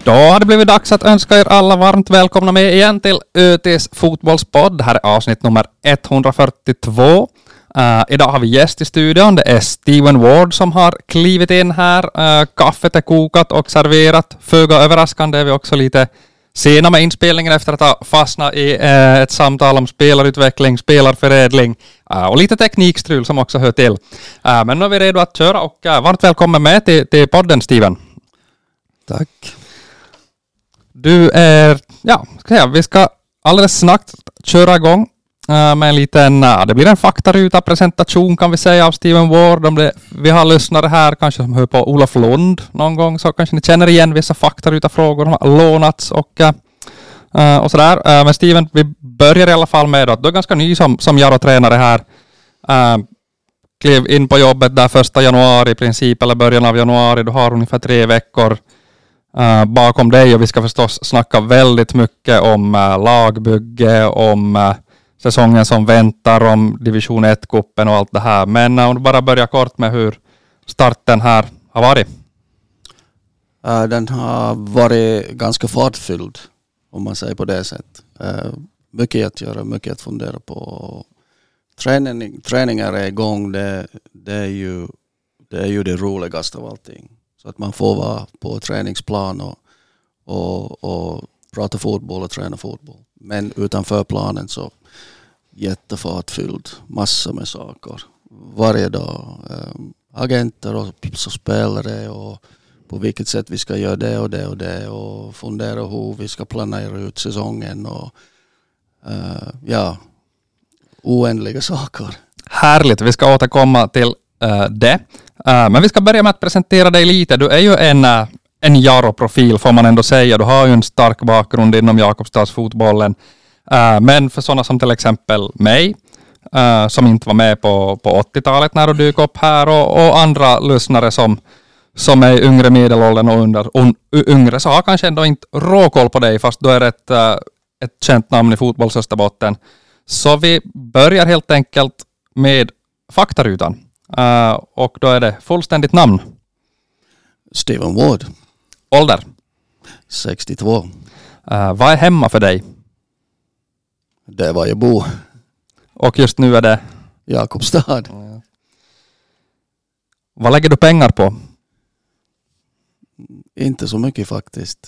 Då har det blivit dags att önska er alla varmt välkomna med igen till ÖTs fotbollspodd. Det här är avsnitt nummer 142. Idag har vi gäst i studion. Det är Steven Ward som har klivit in här. Kaffet är kokat och serverat. Föga överraskande är vi också lite sena med inspelningen efter att ha fastnat i ett samtal om spelarutveckling, spelarförädling och lite teknikstrul som också hör till. Men nu är vi redo att köra och varmt välkommen med till podden, Steven. Tack. Du är, vi ska alldeles snabbt köra igång med en liten, det blir en faktaruta presentation kan vi säga av Steven Ward. Om vi har lyssnare här kanske som hör på Olof Lund någon gång, så kanske ni känner igen vissa faktaruta frågor som har lånats och sådär. Men Steven, vi börjar i alla fall med att du är ganska ny som Jaro-tränare här. Klev in på jobbet där 1 januari i princip, eller början av januari. Du har ungefär 3 veckor bakom dig och vi ska förstås snacka väldigt mycket om lagbygge, om säsongen som väntar, om division 1-kuppen och allt det här. Men om du bara börjar kort med hur starten här har varit. Den har varit ganska fartfylld, om man säger på det sättet. Mycket att göra, mycket att fundera på. Träningar är igång, det är ju det roligaste av allting. Så att man får vara på träningsplan och prata fotboll och träna fotboll. Men utanför planen så jättefartfylld, massor med saker. Varje dag. Agenter och spelare och på vilket sätt vi ska göra det och det och det. Och fundera hur vi ska planera ut säsongen och oändliga saker. Härligt, vi ska återkomma till det. Men vi ska börja med att presentera dig lite. Du är ju en Jaro-profil får man ändå säga. Du har ju en stark bakgrund inom Jakobstadsfotbollen. Men för sådana som till exempel mig, som inte var med på 80-talet när du dök upp här, och andra lyssnare som är i yngre medelåldern och yngre, så har kanske ändå inte råkoll på dig, fast du är ett känt namn i fotbollsösterbotten. Så vi börjar helt enkelt med faktarutan. Och då är det fullständigt namn. Steven Ward. Ålder? 62. Vad är hemma för dig? Det var jag bor. Och just nu är det? Jakobstad. Vad lägger du pengar på? Inte så mycket faktiskt.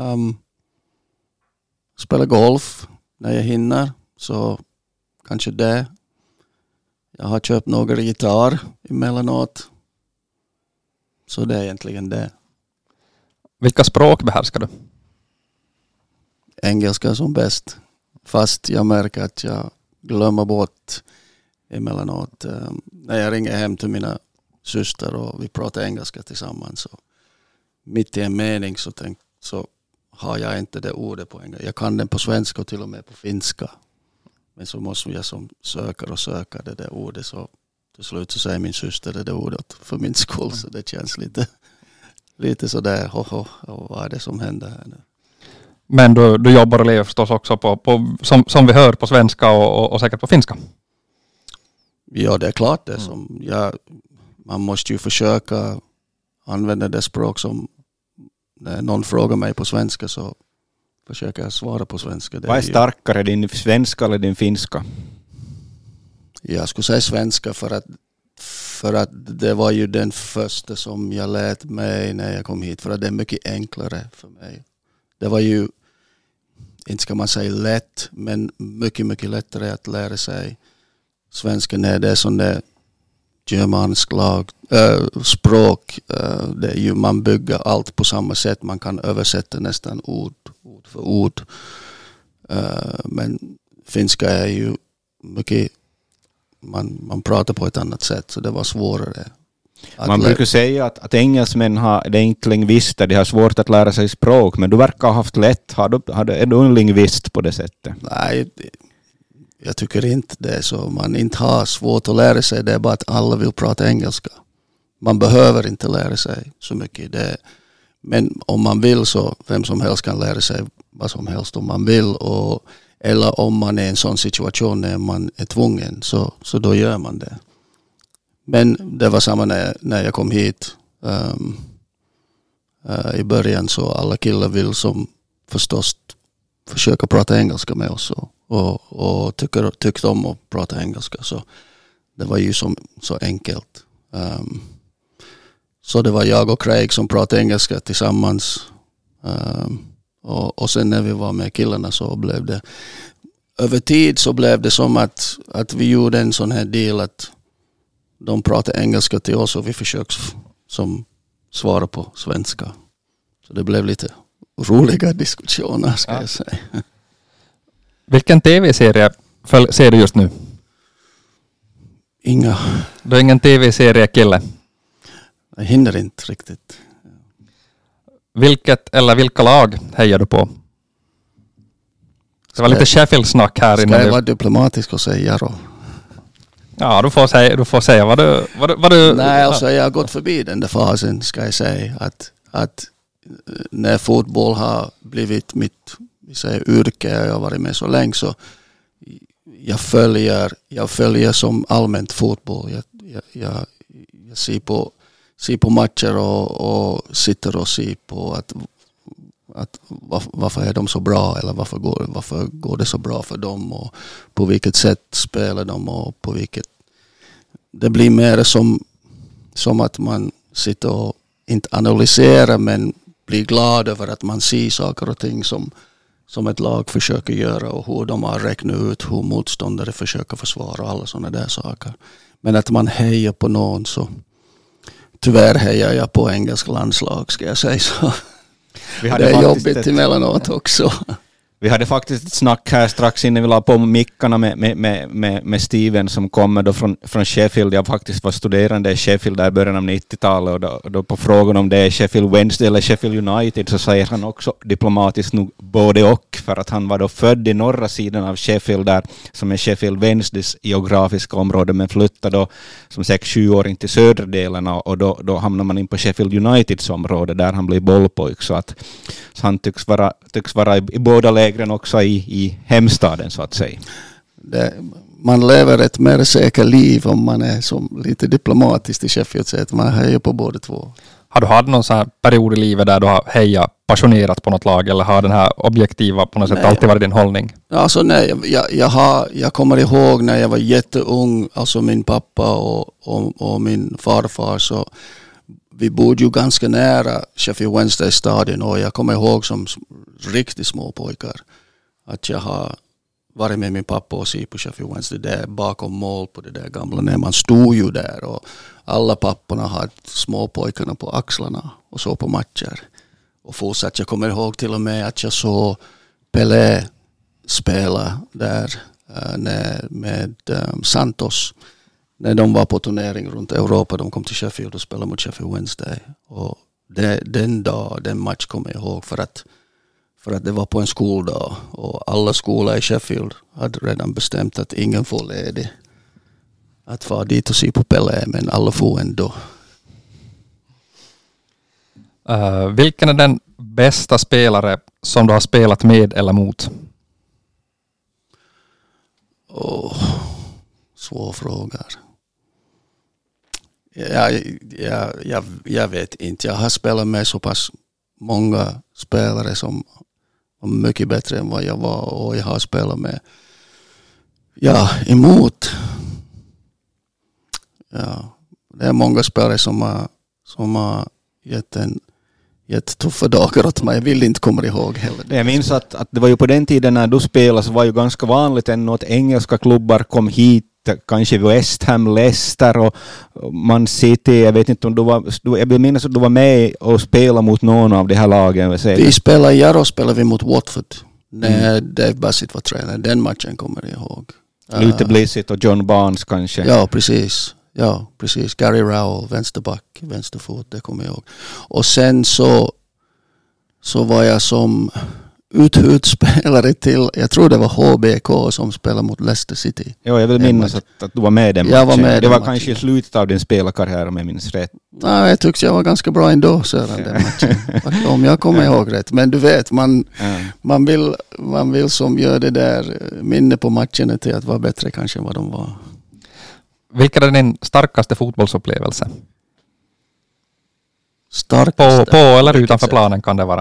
Spela golf när jag hinner, så kanske det. Jag har köpt några gitarr emellanåt. Så det är egentligen det. Vilka språk behärskar du? Engelska som bäst. Fast jag märker att jag glömmer bort emellanåt. När jag ringer hem till mina syster och vi pratar engelska tillsammans. Så mitt i en mening så har jag inte det ordet på engelska. Jag kan den på svenska och till och med på finska. Men så måste jag som söka det där ordet, så till slut så säger min syster det där ordet för min skull, så det känns lite sådär, vad är det som händer här nu? Men du jobbar och lever förstås också på som vi hör på svenska och säkert på finska? Ja, det är klart det. Man måste ju försöka använda det språk som, när någon frågar mig på svenska så försöker jag svara på svenska. Vad är starkare, din svenska eller din finska? Jag skulle säga svenska för att det var ju den första som jag lät mig när jag kom hit. För att det är mycket enklare för mig. Det var ju, inte ska man säga lätt, men mycket, mycket lättare att lära sig svenska när det är sån där germansk språk. Det är ju, man bygger allt på samma sätt. Man kan översätta nästan ord för ord. Men finska är ju mycket, man pratar på ett annat sätt, så det var svårare. Man brukar säga att engelsmän det är inte lingvister, de har svårt att lära sig språk, men du verkar ha haft lätt. Är du en lingvist på det sättet? Nej, jag tycker inte det. Så man inte har svårt att lära sig, det är bara att alla vill prata engelska. Man behöver inte lära sig så mycket. Men om man vill så, vem som helst kan lära sig vad som helst om man vill. Eller om man är i en sån situation när man är tvungen, så då gör man det. Men det var samma när jag kom hit. i början så alla killar vill som förstås försöka prata engelska med oss och tyckte om att prata engelska. Så det var ju så enkelt. Så det var jag och Craig som pratade engelska tillsammans. Och sen när vi var med killarna så blev det över tid så blev det som att vi gjorde en sån här deal att de pratade engelska till oss och vi försökte som svara på svenska. Så det blev lite roliga diskussioner ska jag säga. Vilken tv-serie ser du just nu? Inga. Du är ingen tv-seriekille? Jag hinner inte riktigt. Vilket eller vilka lag hejar du på? Det var lite Sheffield-snack här innan. Ska jag vara diplomatisk och säga Jaro? Ja, du får säga vad du... Nej, alltså jag har gått förbi den där fasen ska jag säga. Att när fotboll har blivit mitt yrke och jag har varit med så länge så jag följer som allmänt fotboll. Jag ser på matcher och sitter och ser på att varför är de så bra eller varför går det så bra för dem och på vilket sätt spelar de och på vilket det blir mer som att man sitter och inte analyserar men blir glad över att man ser saker och ting som ett lag försöker göra och hur de har räknat ut hur motståndare försöker försvara och alla sådana där saker. Men att man hejar på någon så tyvärr hejar jag på engelska landslag ska jag säga så. Det är jobbigt emellanåt också. Vi hade faktiskt ett snack här strax innan vi la på mickarna med Steven som kommer då från Sheffield. Jag faktiskt var studerande i Sheffield där i början av 90-talet och då på frågan om det är Sheffield Wednesday eller Sheffield United så säger han också diplomatiskt nog både och för att han var då född i norra sidan av Sheffield där som är Sheffield Wednesdays geografiska område men flyttade då som 6-7-åring till södra delarna och då hamnar man in på Sheffield Uniteds område där han blir bollpojk så han tycks vara i båda lägren också i hemstaden så att säga. Man lever ett mer säkert liv om man är som lite diplomatiskt i Sheffield så att man hejar på båda två. Har du haft någon sån här period i livet där du har hejat passionerat på något lag eller har den här objektiva på något sätt alltid varit din hållning? Alltså nej, jag kommer ihåg när jag var jätteung, alltså min pappa och min farfar så vi bodde ju ganska nära Sheffield Wednesday stadion och jag kommer ihåg som riktigt små pojkar att jag har varit med min pappa och se på Sheffield Wednesday där bakom mål på det där gamla när man stod ju där och alla papporna hade små pojkarna på axlarna och så på matcher och fortsatt. Jag kommer ihåg till och med att jag såg Pelé spela där med Santos när de var på turnering runt Europa. De kom till Sheffield och spelade mot Sheffield Wednesday. Och den match kommer jag ihåg för att det var på en skoldag. Och alla skolor i Sheffield hade redan bestämt att ingen får ledig att vara dit och se på Pelé, men alla får ändå. Vilken är den bästa spelare som du har spelat med eller mot? Svår fråga. Jag vet inte. Jag har spelat med så pass många spelare som var mycket bättre än vad jag var och jag har spelat med emot. Ja, det är många spelare som har gett tuffa dagar åt mig. Jag vill inte komma ihåg heller. Jag minns att det var ju på den tiden när du spelade så var ju ganska vanligt ännu att engelska klubbar kom hit, kanske West Ham, Leicester och Man City. Jag vet inte om jag vill minnas att du var med och spelade mot någon av de här lagen. Vi spelade vi mot Watford när Dave Bassett var tränare. Den matchen kommer jag ihåg. Lute Blissett och John Barnes kanske. Ja, precis. Gary Rowell, vänsterfot, det kommer jag ihåg. Och sen så var jag som uthudspelare till, jag tror det var HBK som spelade mot Leicester City. Ja, jag vill minnas att du var med i den matchen. Jag var med det var kanske i slutet av din spelarkarriär om jag minns rätt. Nej, jag tyckte jag var ganska bra ändå sedan den matchen. Om jag kommer ihåg rätt. Men du vet, man vill som gör det där minne på matcherna till att vara bättre kanske än vad de var. Vilken är din starkaste fotbollsupplevelse? Starkaste. På eller utanför planen kan det vara.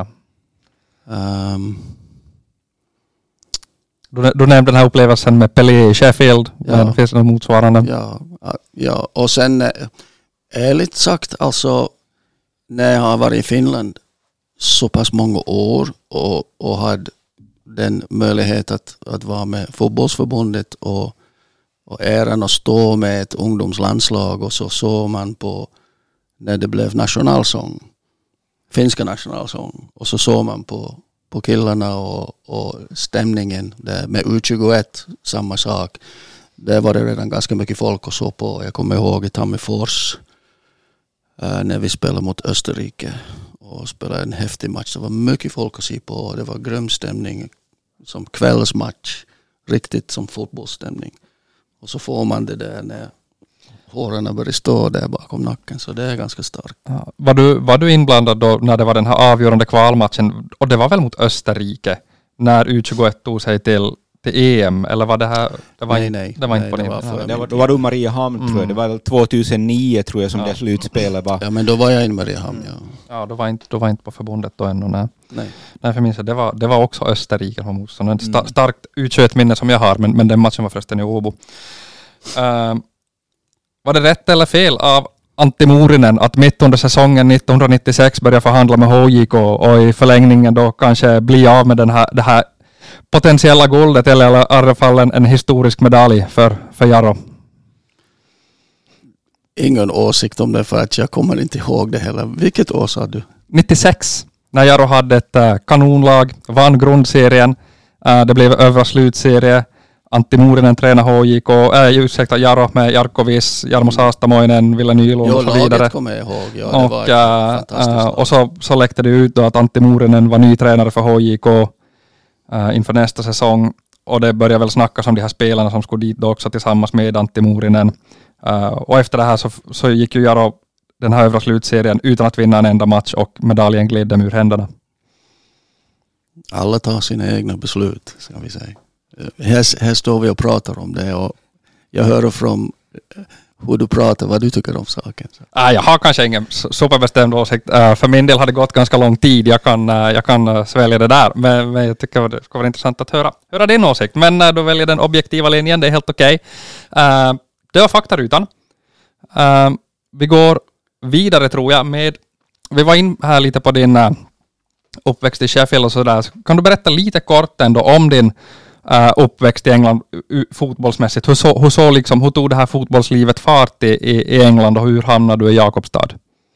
Du nämnde den här upplevelsen med Pelé i Sheffield. Ja. Finns det något motsvarande? Ja, och sen ärligt sagt, alltså när jag har varit i Finland så pass många år och hade den möjlighet att vara med fotbollsförbundet och äran att stå med ett ungdomslandslag, och så såg man på när det blev nationalsång, finska nationalsång, och så såg man på killarna och stämningen där med U21, samma sak. Där var det redan ganska mycket folk och så på. Jag kommer ihåg i Tammerfors när vi spelade mot Österrike och spelade en häftig match. Det var mycket folk att se på. Det var grym stämning som kvällsmatch. Riktigt som fotbollsstämning. Och så får man det där när håren börjar stå där bakom nacken. Så det är ganska starkt. Ja. Var du inblandad då när det var den här avgörande kvalmatchen? Och det var väl mot Österrike? När U21 tog sig till EM? Eller var det här? Nej. Det var inte på Då var du Mariehamn, tror jag. Det var väl 2009 tror jag som det slutspelet var. Ja, men då var jag i Mariehamn, Ja, då var inte på förbundet då ännu. Nej. Nej, för minns det var också Österrike som var motståndare. Starkt U21-minne som jag har, men den matchen var förresten i Åbo. Var det rätt eller fel av Antti Mourinen att mitt under säsongen 1996 börja förhandla med HJK och i förlängningen då kanske bli av med det här potentiella guldet, eller i alla fall en historisk medalj för Jaro? Ingen åsikt om det, för att jag kommer inte ihåg det heller. Vilket år sa du? 96, när Jaro hade ett kanonlag, vann grundserien, det blev övre slutserie. Antti Mourinen tränar HJK, Jaro med Jarkovic, Jarmo Saastamoinen, Ville Nylund och så vidare. Laget kommer jag ihåg. Ja, det var fantastiskt. Och så läckte det ut då att Antti Mourinen var ny tränare för HJK inför nästa säsong. Och det började väl snackas om de här spelarna som skulle dit då också tillsammans med Antti Mourinen. Och efter det här så gick ju Jaro den här övre slutserien utan att vinna en enda match, och medaljen gled dem ur händerna. Alla tar sina egna beslut, ska vi säga. Här står vi och pratar om det, och jag hör från hur du pratar, vad du tycker om saken. Jag har kanske ingen superbestämd åsikt. För min del har det gått ganska lång tid. Jag kan svälja det där. Men jag tycker det ska vara intressant att höra din åsikt. Men när du väljer den objektiva linjen, det är helt okej. Det var faktarutan. Vi går vidare, tror jag. Vi var in här lite på din uppväxt i Sheffield och sådär. Kan du berätta lite kort ändå om din uppväxt i England fotbollsmässigt? Hur tog det här fotbollslivet fart i England, och hur hamnade du i Jakobstad?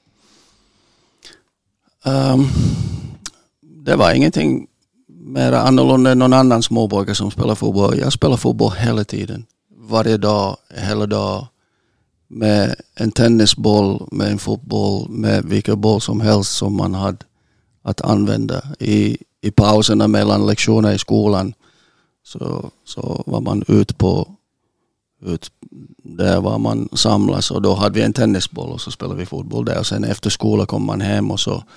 Det var ingenting mer annorlunda än någon annan småpojke som spelar fotboll. Jag spelar fotboll hela tiden. Varje dag, hela dag. Med en tennisboll, med en fotboll, med vilken boll som helst som man hade att använda. I pauserna mellan lektioner i skolan så var man ut där var man samlas, och då hade vi en tennisboll och så spelade vi fotboll där, och sen efter skolan kom man hem, och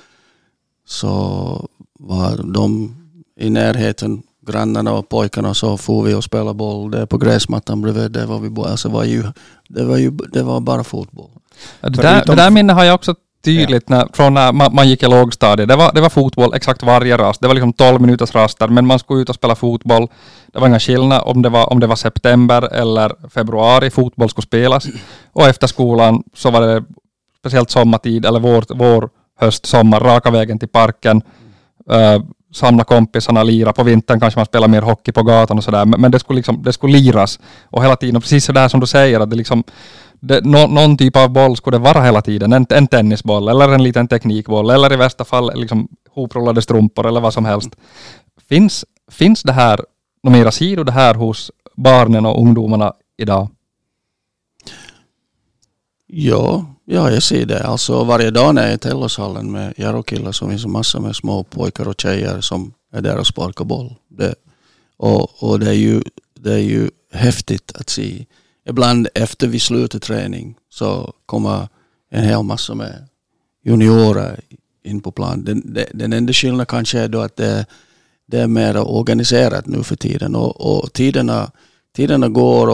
så var de i närheten, grannarna och pojkarna, så får vi och spela boll där på gräsmattan bredvid. Där var vi bara, alltså det var bara fotboll. Det där minnet har jag också tydligt från när man gick i lågstadiet. Det var fotboll exakt varje rast. Det var liksom 12 minuters raster, men man skulle ut och spela fotboll. Det var ingen skillnad om det var september eller februari. Fotboll skulle spelas. Och efter skolan så var det speciellt sommartid eller vår, höst, sommar, raka vägen till parken. Samla kompisarna, lira. På vintern kanske man spelar mer hockey på gatan och sådär. Men det skulle liras. Och hela tiden, precis så där som du säger, att det liksom någon typ av boll skulle det vara hela tiden. En tennisboll eller en liten teknikboll, eller i värsta fall liksom hoprullade strumpor eller vad som helst. Finns det här några mera sidor det här hos barnen och ungdomarna idag? Ja, jag ser det. Alltså varje dag när jag är i Tellushallen med Jarokillar så finns det massor med små pojkar och tjejer som är där och sparkar boll. Och det är ju häftigt att se. Ibland efter vi slutar träning så kommer en hel massa med juniorer in på plan. Den enda skillnaden kanske är då att det är mer organiserat nu för tiden. Och tiderna går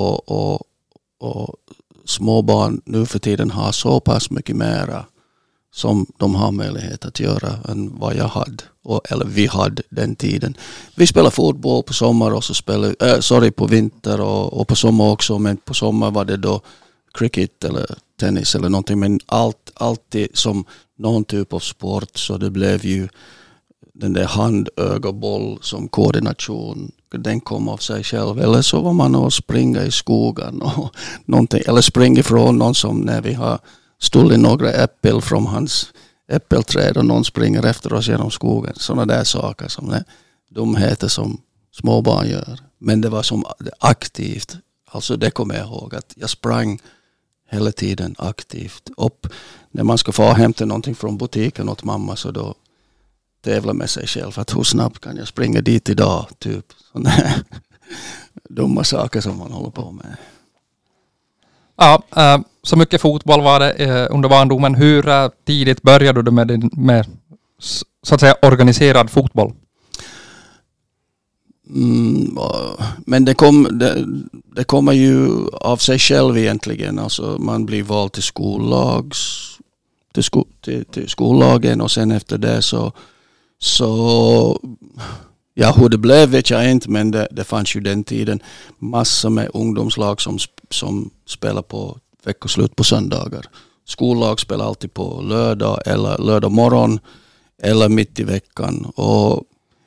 och småbarn nu för tiden har så pass mycket mera som de har möjlighet att göra än vad jag hade. Eller vi hade den tiden. Vi spelade fotboll på sommar och så spelade, på vinter och på sommar också. Men på sommar var det då cricket eller tennis eller någonting. Men alltid som någon typ av sport, så det blev ju den där hand, öga, boll som koordination. Den kom av sig själv. Eller så var man och springa i skogen och någonting. Eller springa ifrån någon som när vi har stulit några äppel från hans äppelträd och någon springer efter oss genom skogen. Sådana där saker som är dumheter som små barn gör. Men det var som aktivt. Alltså det kommer jag ihåg att jag sprang hela tiden aktivt upp. När man ska få hämta någonting från butiken åt mamma, så då tävla med sig själv att hur snabbt kan jag springa dit idag, typ sådana dumma saker som man håller på med. Ja, så mycket fotboll var det under barndomen. Hur tidigt började du med så att säga organiserad fotboll? Men det kommer ju av sig själv egentligen. Alltså man blir vald till till skollagen, och sen efter det så ja, hur det blev vet jag inte, men det fanns ju den tiden massor med ungdomslag som spelar på veckoslut på söndagar. Skollag spelar alltid på lördag eller lördag morgon eller mitt i veckan. Och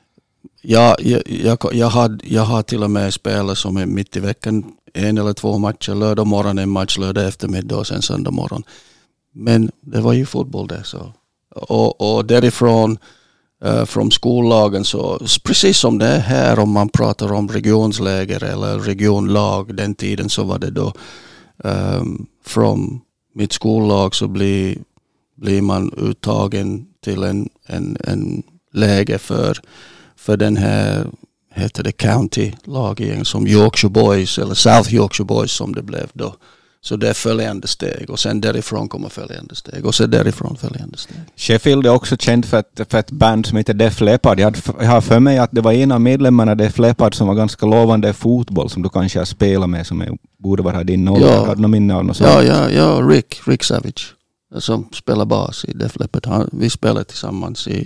jag har till och med spelat som är mitt i veckan, 1 eller 2 matcher, lördag morgon en match, lördag eftermiddag och sen söndag morgon. Men det var ju fotboll det så. Och därifrån från skollagen, så precis som det är här om man pratar om regionsläger eller regionlag, den tiden så var det då från mitt skollag så blir man uttagen till en läge för den här heter det county-lagen som Yorkshire Boys eller South Yorkshire Boys som det blev då. Så det är följande steg och sen därifrån kommer följande steg och sen därifrån följande steg. Sheffield är också känd för ett band som heter Def Leppard. Jag har för mig att det var en av medlemmarna Def Leppard som var ganska lovande i fotboll som du kanske har spelat med, som borde vara din noll. Ja. Hade någon minne av något sånt? Ja, Rick Savage som spelar bas i Def Leppard. Vi spelade tillsammans i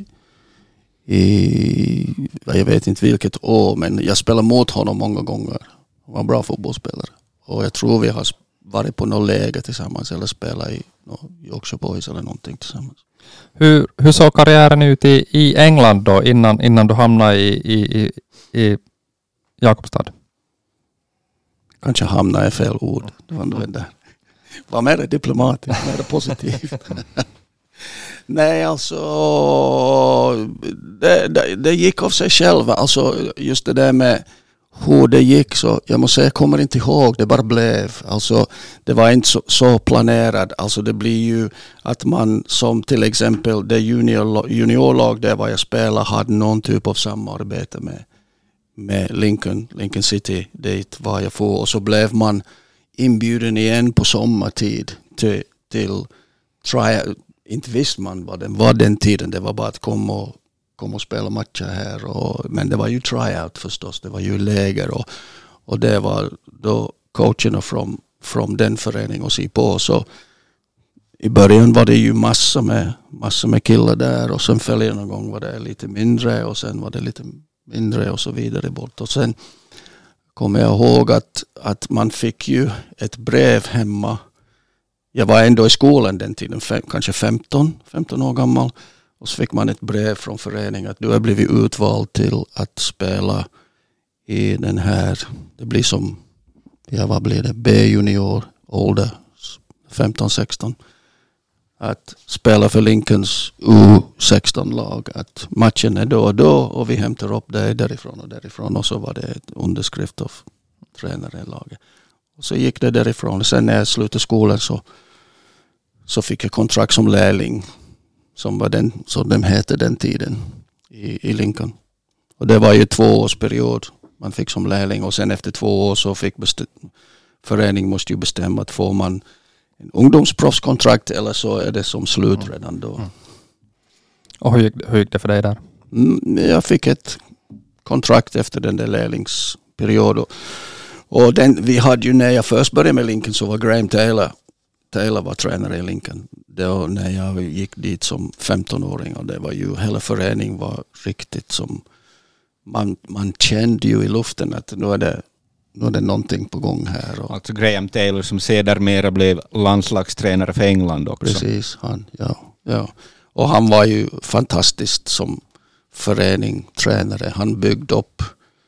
jag vet inte vilket år, men jag spelade mot honom många gånger. Han var en bra fotbollsspelare. Och jag tror vi har varit på något läge tillsammans eller spelat i Yorkshire Boys eller någonting tillsammans. Hur såg karriären ut i England då innan du hamnade i Jakobstad? Kanske hamna är fel ord. Det var ändå där. Var mer diplomatiskt, mer positivt. Nej, alltså det gick av sig själv. Alltså just det där med hur det gick, så jag måste säga, jag kommer inte ihåg, det bara blev. Alltså det var inte så planerat. Alltså det blir ju att man som till exempel det juniorlag där var jag spelade hade någon typ av samarbete med Lincoln City, dit var jag får, och så blev man inbjuden igen på sommartid till tryout. Inte visste man vad det var den tiden, det var bara att komma och spela matcher här. Men det var ju tryout förstås, det var ju läger och det var då coacherna från den föreningen och se på. Så i början var det ju massor med killar där och sen följande gång var det lite mindre och sen var det lite mindre och så vidare bort. Och sen kommer jag ihåg att man fick ju ett brev hemma. Jag var ändå i skolan den tiden, kanske 15 år gammal. Och så fick man ett brev från föreningen att du har blivit utvald till att spela i den här, det blir som, vad blir det, B-junior, ålder, 15-16. Att spela för Lincolns U16-lag. Att matchen är då och vi hämtar upp det därifrån och så var det ett underskrift av tränare i laget. Och så gick det därifrån. Sen när jag slutade skolan så fick jag kontrakt som lärling. Som var den, som de hette den tiden i Lincoln. Och det var ju 2-årsperiod man fick som lärling. Och sen efter 2 år så fick föreningen måste ju bestämma att får man en ungdomsproffskontrakt eller så är det som slut redan då. Mm. Och hur gick det för dig där? Jag fick ett kontrakt efter den där lärlingsperioden. Och vi hade ju när jag först började med Lincoln så var Graham Taylor var tränare i Lincoln. då när jag gick dit som 15-åring, och det var ju, hela föreningen var riktigt som, man kände ju i luften att nu är det någonting på gång här. Och alltså Graham Taylor som sedermera blev landslagstränare för England också. precis, ja. Och han var ju fantastisk som tränare. Han byggde upp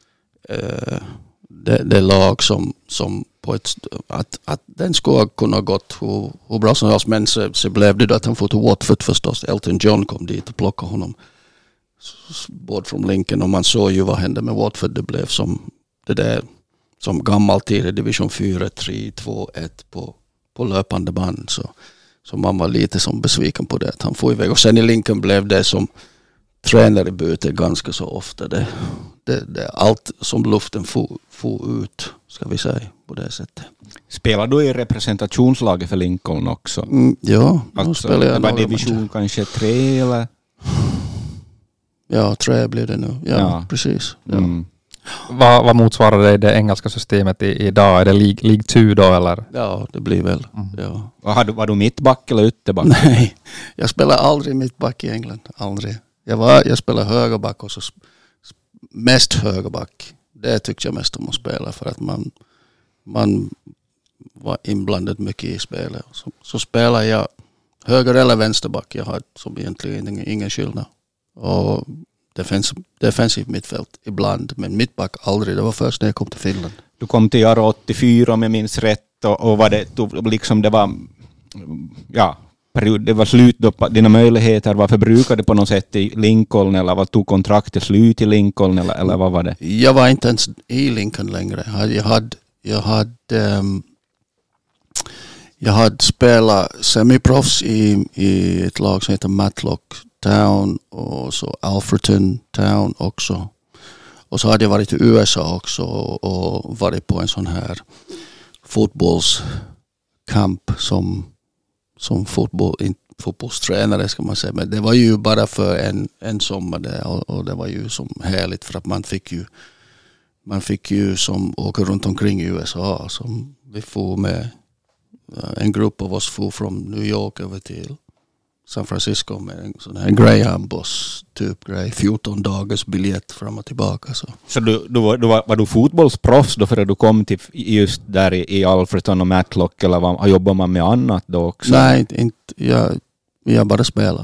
det lag som på att den skulle kunna gått hur bra som helst, men så blev det då att han får till Watford förstås. Elton John kom dit och plockade honom bort från Lincoln, och man såg ju vad hände med Watford. Det blev som det där som gammal tid i division 4, 3, 2, 1 på löpande band, så man var lite som besviken på det att han får iväg. Och sen i Lincoln blev det som tränare byter ganska så ofta. Det allt som luften får ut, ska vi säga, på det sättet. Spelar du i representationslaget för Lincoln också? Ja, alltså, spelar jag. Det var division kanske 3 eller? Ja, 3 blir det nu. Ja. Precis. Ja. Mm. Vad motsvarar det engelska systemet idag? Är det League 2 då eller? Ja, det blir väl. Ja. Var du mittback eller ytterback? Nej, jag spelar aldrig mittback i England. Aldrig. Jag spelar högerback, och så mest högerback. Det tyckte jag mest om att spela, för att man var inblandad mycket i spelet. Så spelar jag höger eller vänsterback. Jag har som egentligen ingen skillnad. Och defensivt mittfält ibland, men mittback aldrig. Det var först när jag kom till Finland. Du kom till Jaro 84 om jag minns rätt, och var det liksom det var det var slut då, dina möjligheter var förbrukade på något sätt i Lincoln, eller var tog kontraktet slut i Lincoln, eller vad var det? Jag var inte ens i Lincoln längre. Jag hade spelat semiproffs i ett lag som heter Matlock Town, och så Alfreton Town också. Och så hade jag varit i USA också och varit på en sån här fotbollskamp som fotbollstränare, ska man säga. Men det var ju bara för en sommar där, och det var ju som härligt, för att man fick ju som åka runt omkring i USA. Som vi får med en grupp av oss får från New York över till San Francisco med en sån här Greyhound-buss typ grej. 14 dagars biljett fram och tillbaka. Så var du fotbollsproffs då, för att du kom till just där i Alfreton och Matlock, eller jobbar man med annat då också? Nej, inte. Jag bara spelar.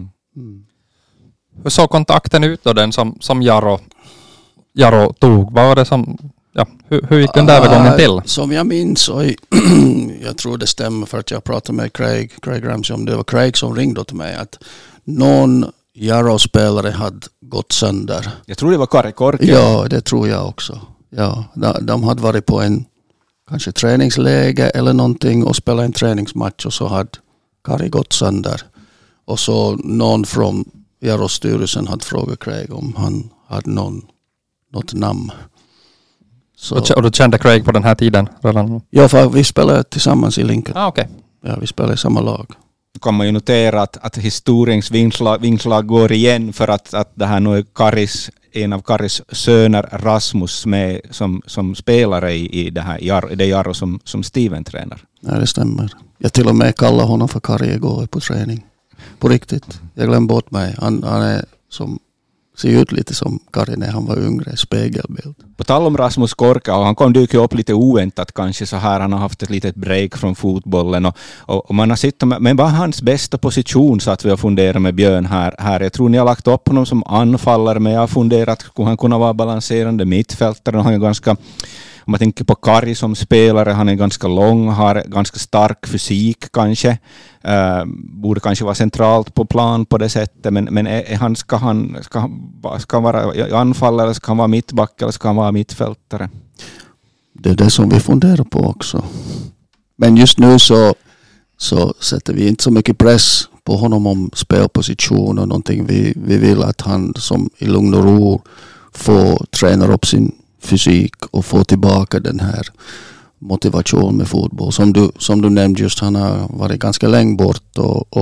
Hur såg kontakten ut då, den som Jaro tog? Vad var det som... Ja, hur gick den där övergången till? Som jag minns, och jag tror det stämmer, för att jag pratade med Craig Ramsey om det. var Craig som ringde till mig att någon Jaro-spelare hade gått sönder. Jag tror det var Kari Korke. Ja, det tror jag också. Ja, de hade varit på en kanske träningsläge eller någonting och spelat en träningsmatch, och så hade Kari gått sönder. Och så någon från Jaro-styrelsen hade frågat Craig om han hade något namn. Så. Och du kände Craig på den här tiden redan? Ja, för vi spelade tillsammans i Lincoln. Okay. Ja, vi spelade i samma lag. Nu kan man ju notera att historiens vingslag går igen, för att det här nu är en av Karis söner, Rasmus, med som spelare i det Jaro som Steven tränar. Ja, det stämmer. Jag till och med kallar honom för Kari igår på träning. På riktigt. Jag glömde bort mig. Han är som... ser ut lite som Kari när han var yngre, spegelbild. På tal om Rasmus Korka, och han kom dyka upp lite oväntat kanske så här, han har haft ett litet break från fotbollen, och man har sett, men vad är hans bästa position, så att vi har funderat med Björn här. Jag tror ni har lagt upp honom som anfallare, men jag har funderat, skulle han kunna vara balanserande mittfältare? Han är ganska, om man tänker på Kari som spelare, han är ganska lång, har ganska stark fysik kanske. Borde kanske vara centralt på plan på det sättet, men ska han vara anfallare, eller ska han vara mittback, eller ska han vara mittfältare? Det är det som vi funderar på också. Men just nu så sätter vi inte så mycket press på honom om spelposition och någonting. Vi vill att han som i lugn och ro får träna upp sin fysik och få tillbaka den här motivation med fotboll. Som du nämnde just, han har varit ganska länge bort,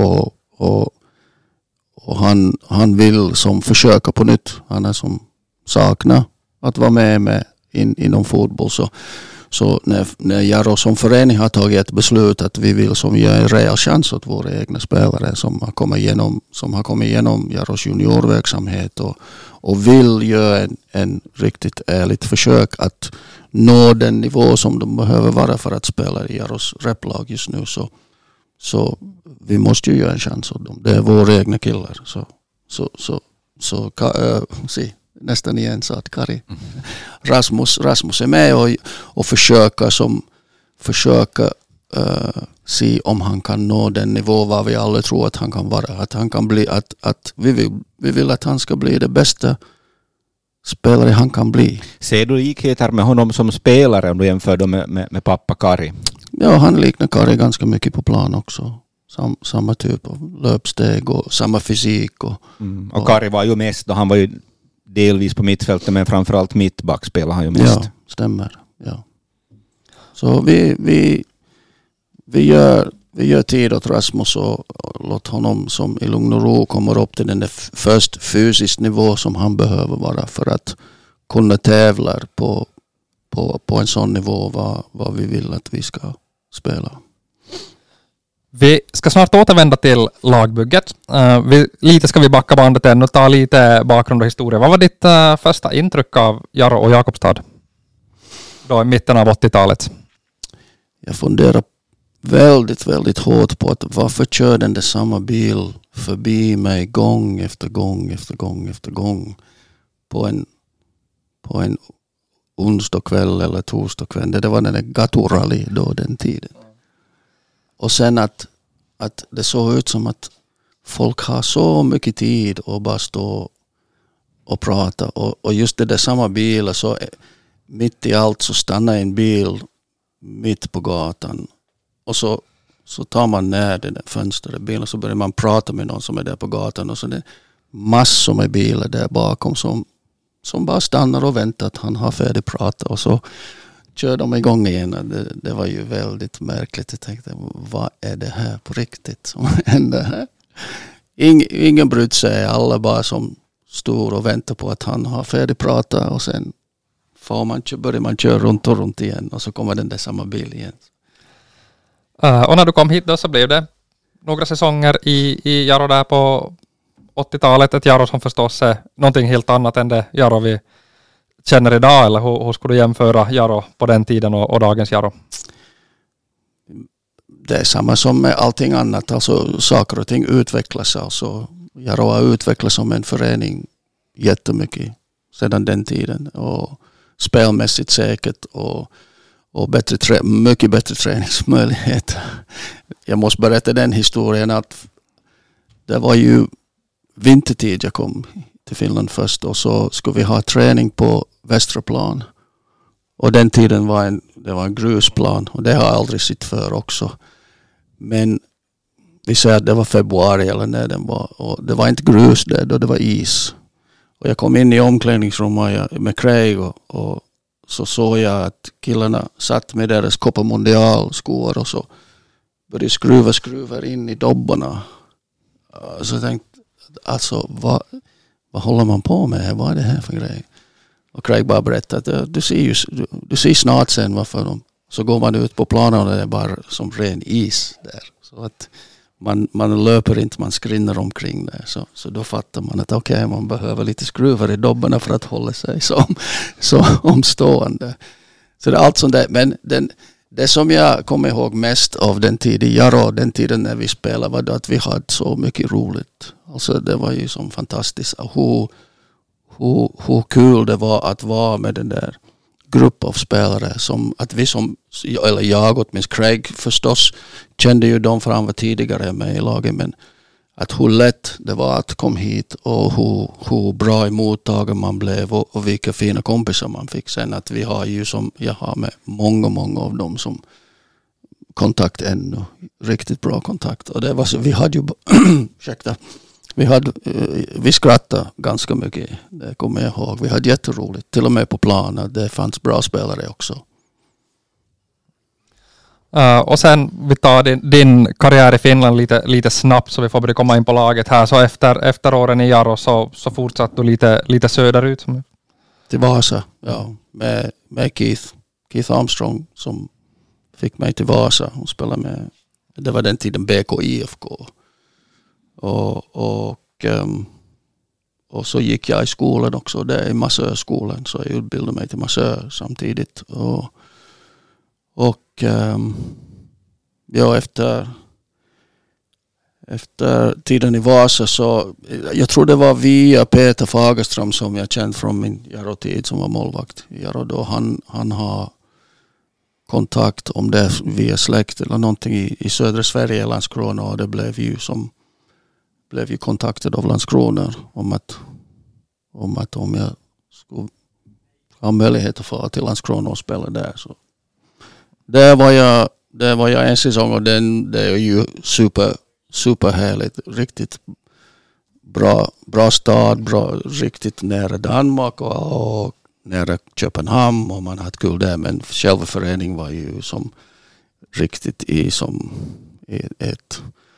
och han vill som försöka på nytt. Han är som saknar att vara med inom fotboll. Så när Jaro som förening har tagit ett beslut att vi vill som ge en rejäl chans åt våra egna spelare som har kommit igenom Jaros juniorverksamhet och vill göra en riktigt ärligt försök att nå den nivå som de behöver vara för att spela i Jaros replag just nu, så vi måste ju göra en chans åt dem. Det är våra egna killar. Nästan igen så att Kari. Rasmus är med och försöka se om han kan nå den nivå vad vi alla tror att han kan vara. Att han kan bli, att vi vill att han ska bli det bästa spelare han kan bli. Ser du likheter med honom som spelare om du jämför dem med pappa Kari? Ja, han liknar Kari ganska mycket på plan också. Samma typ av löpsteg och samma fysik. Och Kari var ju mest, då han var ju delvis på mittfältet, men framförallt mittback spelar han ju mest. Ja, stämmer. Ja. Så vi gör tid åt Rasmus och låt honom som i lugn och ro kommer upp till den där först fysisk nivå som han behöver vara för att kunna tävla på en sån nivå vad vi vill att vi ska spela. Vi ska snart återvända till lagbygget. Lite ska vi backa bandet än och ta lite bakgrund och historia. Vad var ditt första intryck av Jaro och Jakobstad då i mitten av 80-talet? Jag funderar väldigt, väldigt hårt på att varför kör den där samma bil förbi mig gång efter gång på en onsdag kväll eller torsdag kväll. Det var den där gatorally då den tiden. Och sen att det såg ut som att folk har så mycket tid att bara stå och prata. Och just det där samma bil, så mitt i allt så stannar en bil mitt på gatan. Och så tar man ner den där fönstret i bilen och så börjar man prata med någon som är där på gatan. Och så det är massor med bilar där bakom som bara stannar och väntar att han har färdigt prata. Och så kör de igång igen. Det var ju väldigt märkligt. Jag tänkte, vad är det här på riktigt som händer här? Ingen brydde sig. Alla bara som står och väntar på att han har färdigt prata. Och sen börjar man köra runt och runt igen. Och så kommer den där samma bil igen. Och när du kom hit då så blev det några säsonger i Jaro där på 80-talet. Ett Jaro som förstås är någonting helt annat än det Jaro vi känner idag. Eller hur skulle du jämföra Jaro på den tiden och dagens Jaro? Det är samma som med allting annat. Alltså saker och ting utvecklas. Alltså, Jaro har utvecklats som en förening jättemycket sedan den tiden. Och spelmässigt säkert och mycket bättre träningsmöjligheter. Jag måste berätta den historien att det var ju vintertid jag kom till Finland först och så skulle vi ha träning på Västra plan. Och den tiden det var en grusplan och det har jag aldrig sett för också. Men vi säger att det var februari eller när den var och det var inte grus där då, det var is. Och jag kom in i omklädningsrummet med Craig och så såg jag att killarna satt med deras Copa Mundial skor och så började skruva in i dobbarna. Så jag tänkte, alltså vad håller man på med? Vad är det här för grej? Och Craig bara berättade att du ser snart sen varför så går man ut på planen och det är bara som ren is där. Så att man löper inte, man skrinnar omkring där. Så då fattar man att okej, man behöver lite skruvar i dobbarna för att hålla sig så omstående. Så det är allt sånt där. Men det som jag kommer ihåg mest av den tiden när vi spelade var det att vi hade så mycket roligt. Alltså det var ju som fantastiskt. Hur kul det var att vara med den där grupp av spelare som att vi eller jag och minst Craig förstås kände ju dem för han var tidigare med i laget, men att hur lätt det var att komma hit och hur bra emottagen man blev och vilka fina kompisar man fick sen. Att vi har ju som jag har med många av dem som kontakt ännu, riktigt bra kontakt. Och det var så, vi hade ju vi skrattade ganska mycket, det kommer jag ihåg. Vi hade jätteroligt, till och med på planen. Det fanns bra spelare också. Och sen vi tar din karriär i Finland lite snabbt så vi får börja komma in på laget här. Så efter åren i Jaro så fortsatte du lite söderut. Till Vasa, ja. Med Keith Keith Armstrong som fick mig till Vasa. Hon spelade med, det var den tiden BK IFK. Och så gick jag i skolan också, där i massörskolan, så jag utbildade mig till massör samtidigt. Och efter tiden i Vasa så, jag tror det var via Peter Fagerström som jag kände från min Jarro-tid som var målvakt. Jarro då, han har kontakt om det via släkt eller någonting i södra Sverige, Landskrona, och det blev ju kontaktad av Landskrona om att om jag skulle ha möjlighet att få till Landskrona och spela där. Så det var jag en säsong, och det är ju superhärligt. Riktigt bra stad, riktigt nära Danmark och nära Köpenhamn, och man hade kul där, men själva föreningen var ju som riktigt i ett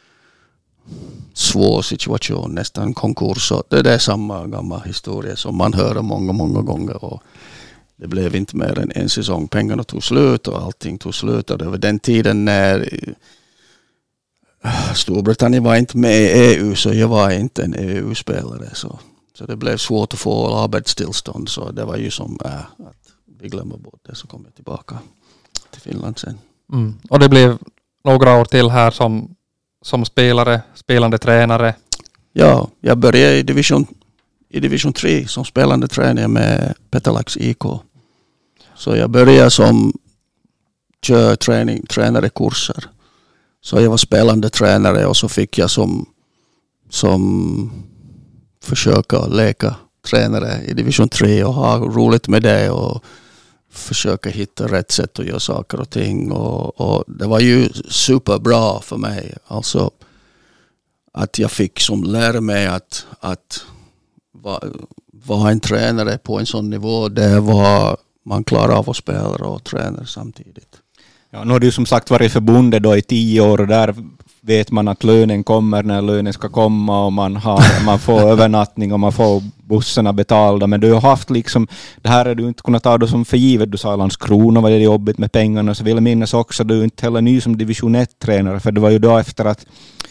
svår situation, nästan konkurs. Det är samma gamla historia som man hör många gånger, och det blev inte mer än en säsong. Pengarna tog slut och allting tog slut. Och det var den tiden när Storbritannien var inte med i EU, så jag var inte en EU-spelare. Så det blev svårt att få arbetstillstånd. Så det var ju som att vi glömmer bort det, så kom jag tillbaka till Finland sen. Och det blev några år till här som spelande tränare. Ja, jag började i division 3 som spelande tränare med Petalax IK. Så jag började som tränarekurser. Så jag var spelande tränare, och så fick jag som försöka leka tränare i division 3 och ha roligt med det och försöka hitta rätt sätt att göra saker och ting. Och det var ju superbra för mig. Alltså att jag fick som lära mig att vara en tränare på en sån nivå, det var man klarar av att spela och träna samtidigt. Ja, nu har du som sagt varit förbundet då i 10 år, och där vet man att lönen kommer när lönen ska komma, och man får övernattning och man får bussarna betalda. Men du har haft liksom, det här är du inte kunnat ta det som för givet. Du sa Landskrona var det jobbigt med pengarna, så vill jag minnas också du är inte heller ny som division 1-tränare, för det var ju då efter att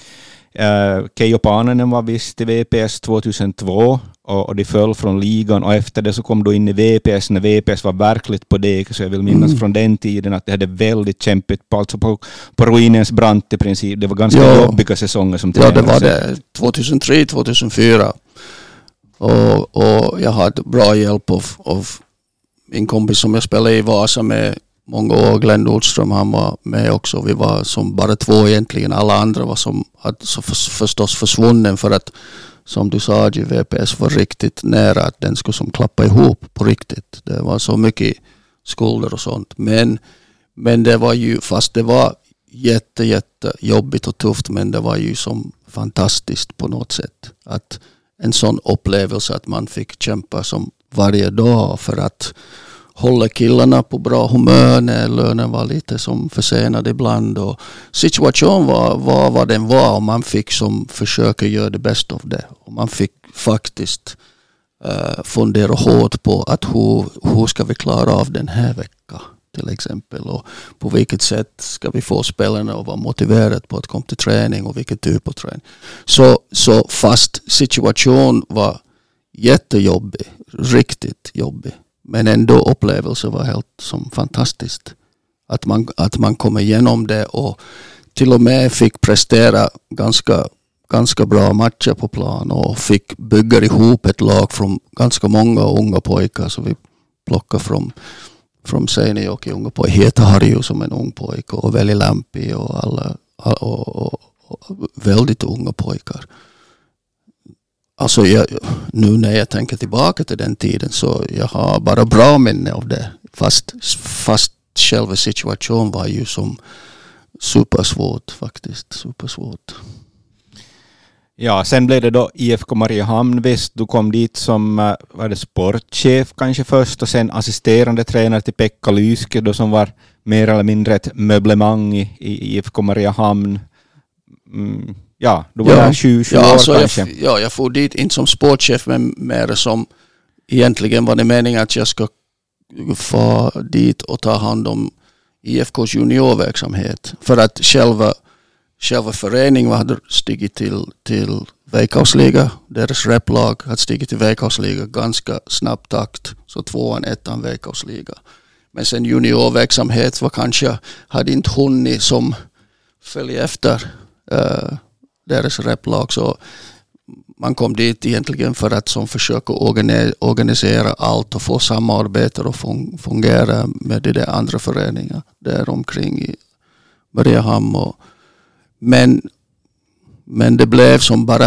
Keijo Paananen var visst i VPS 2002 och de föll från ligan, och efter det så kom du in i VPS när VPS var verkligt på det, så jag vill minnas från den tiden att det hade väldigt kämpigt alltså på ruinens brant i princip. Det var ganska jobbiga säsonger som tränare. Ja, det var det. 2003-2004 och jag hade bra hjälp av min kompis som jag spelade i Vasa med många år, Glenn Nordström, han var med också. Vi var som bara 2 egentligen. Alla andra var som förstås försvunnen, för att som du sa, VPS var riktigt nära att den skulle som klappa ihop på riktigt. Det var så mycket skulder och sånt. Men det var ju, fast det var jätte jobbigt och tufft, men det var ju som fantastiskt på något sätt. Att en sån upplevelse att man fick kämpa som varje dag för att hålla killarna på bra humör när lönen var lite som försenad ibland, och situationen var vad den var, och man fick som försöka göra det bästa av det, och man fick faktiskt fundera hårt på att hur ska vi klara av den här veckan till exempel, och på vilket sätt ska vi få spelarna att vara motiverade på att komma till träning och vilken typ av träning. Så fast situationen var jättejobbig, riktigt jobbig. Men ändå upplevelsen var helt som fantastiskt. Att man kom igenom det och till och med fick prestera ganska bra matcher på plan och fick bygga ihop ett lag från ganska många unga pojkar. Så vi plockade från Seinäjoki unga pojkar, Heta Harju som en ung pojke och Veli Lämpi och alla och väldigt unga pojkar. Alltså nu när jag tänker tillbaka till den tiden, så jag har bara bra minne av det. Fast själva situationen var ju som supersvårt faktiskt. Supersvårt. Ja, sen blev det då IFK Mariehamn Väst. Du kom dit som var det sportchef kanske först, och sen assisterande tränare till Pekka Lyske då, som var mer eller mindre ett möblemang i IFK Mariehamn. Ja, du var där 20 år kanske. Jag får dit inte som sportchef, men mer som egentligen var det meningen att jag ska få dit och ta hand om IFKs juniorverksamhet. För att själva föreningen hade stigit till Veikkausliga. Deras replag hade stigit till Veikkausliga ganska snabb takt. Så 2:an, 1:an Veikkausliga. Men sen juniorverksamhet var kanske, hade inte hunnit som följa efter deras replag. Så man kom dit egentligen för att som försöka organisera allt och få samarbete och fungera med de där andra föreningar där omkring i Mariehamn. Men det blev som bara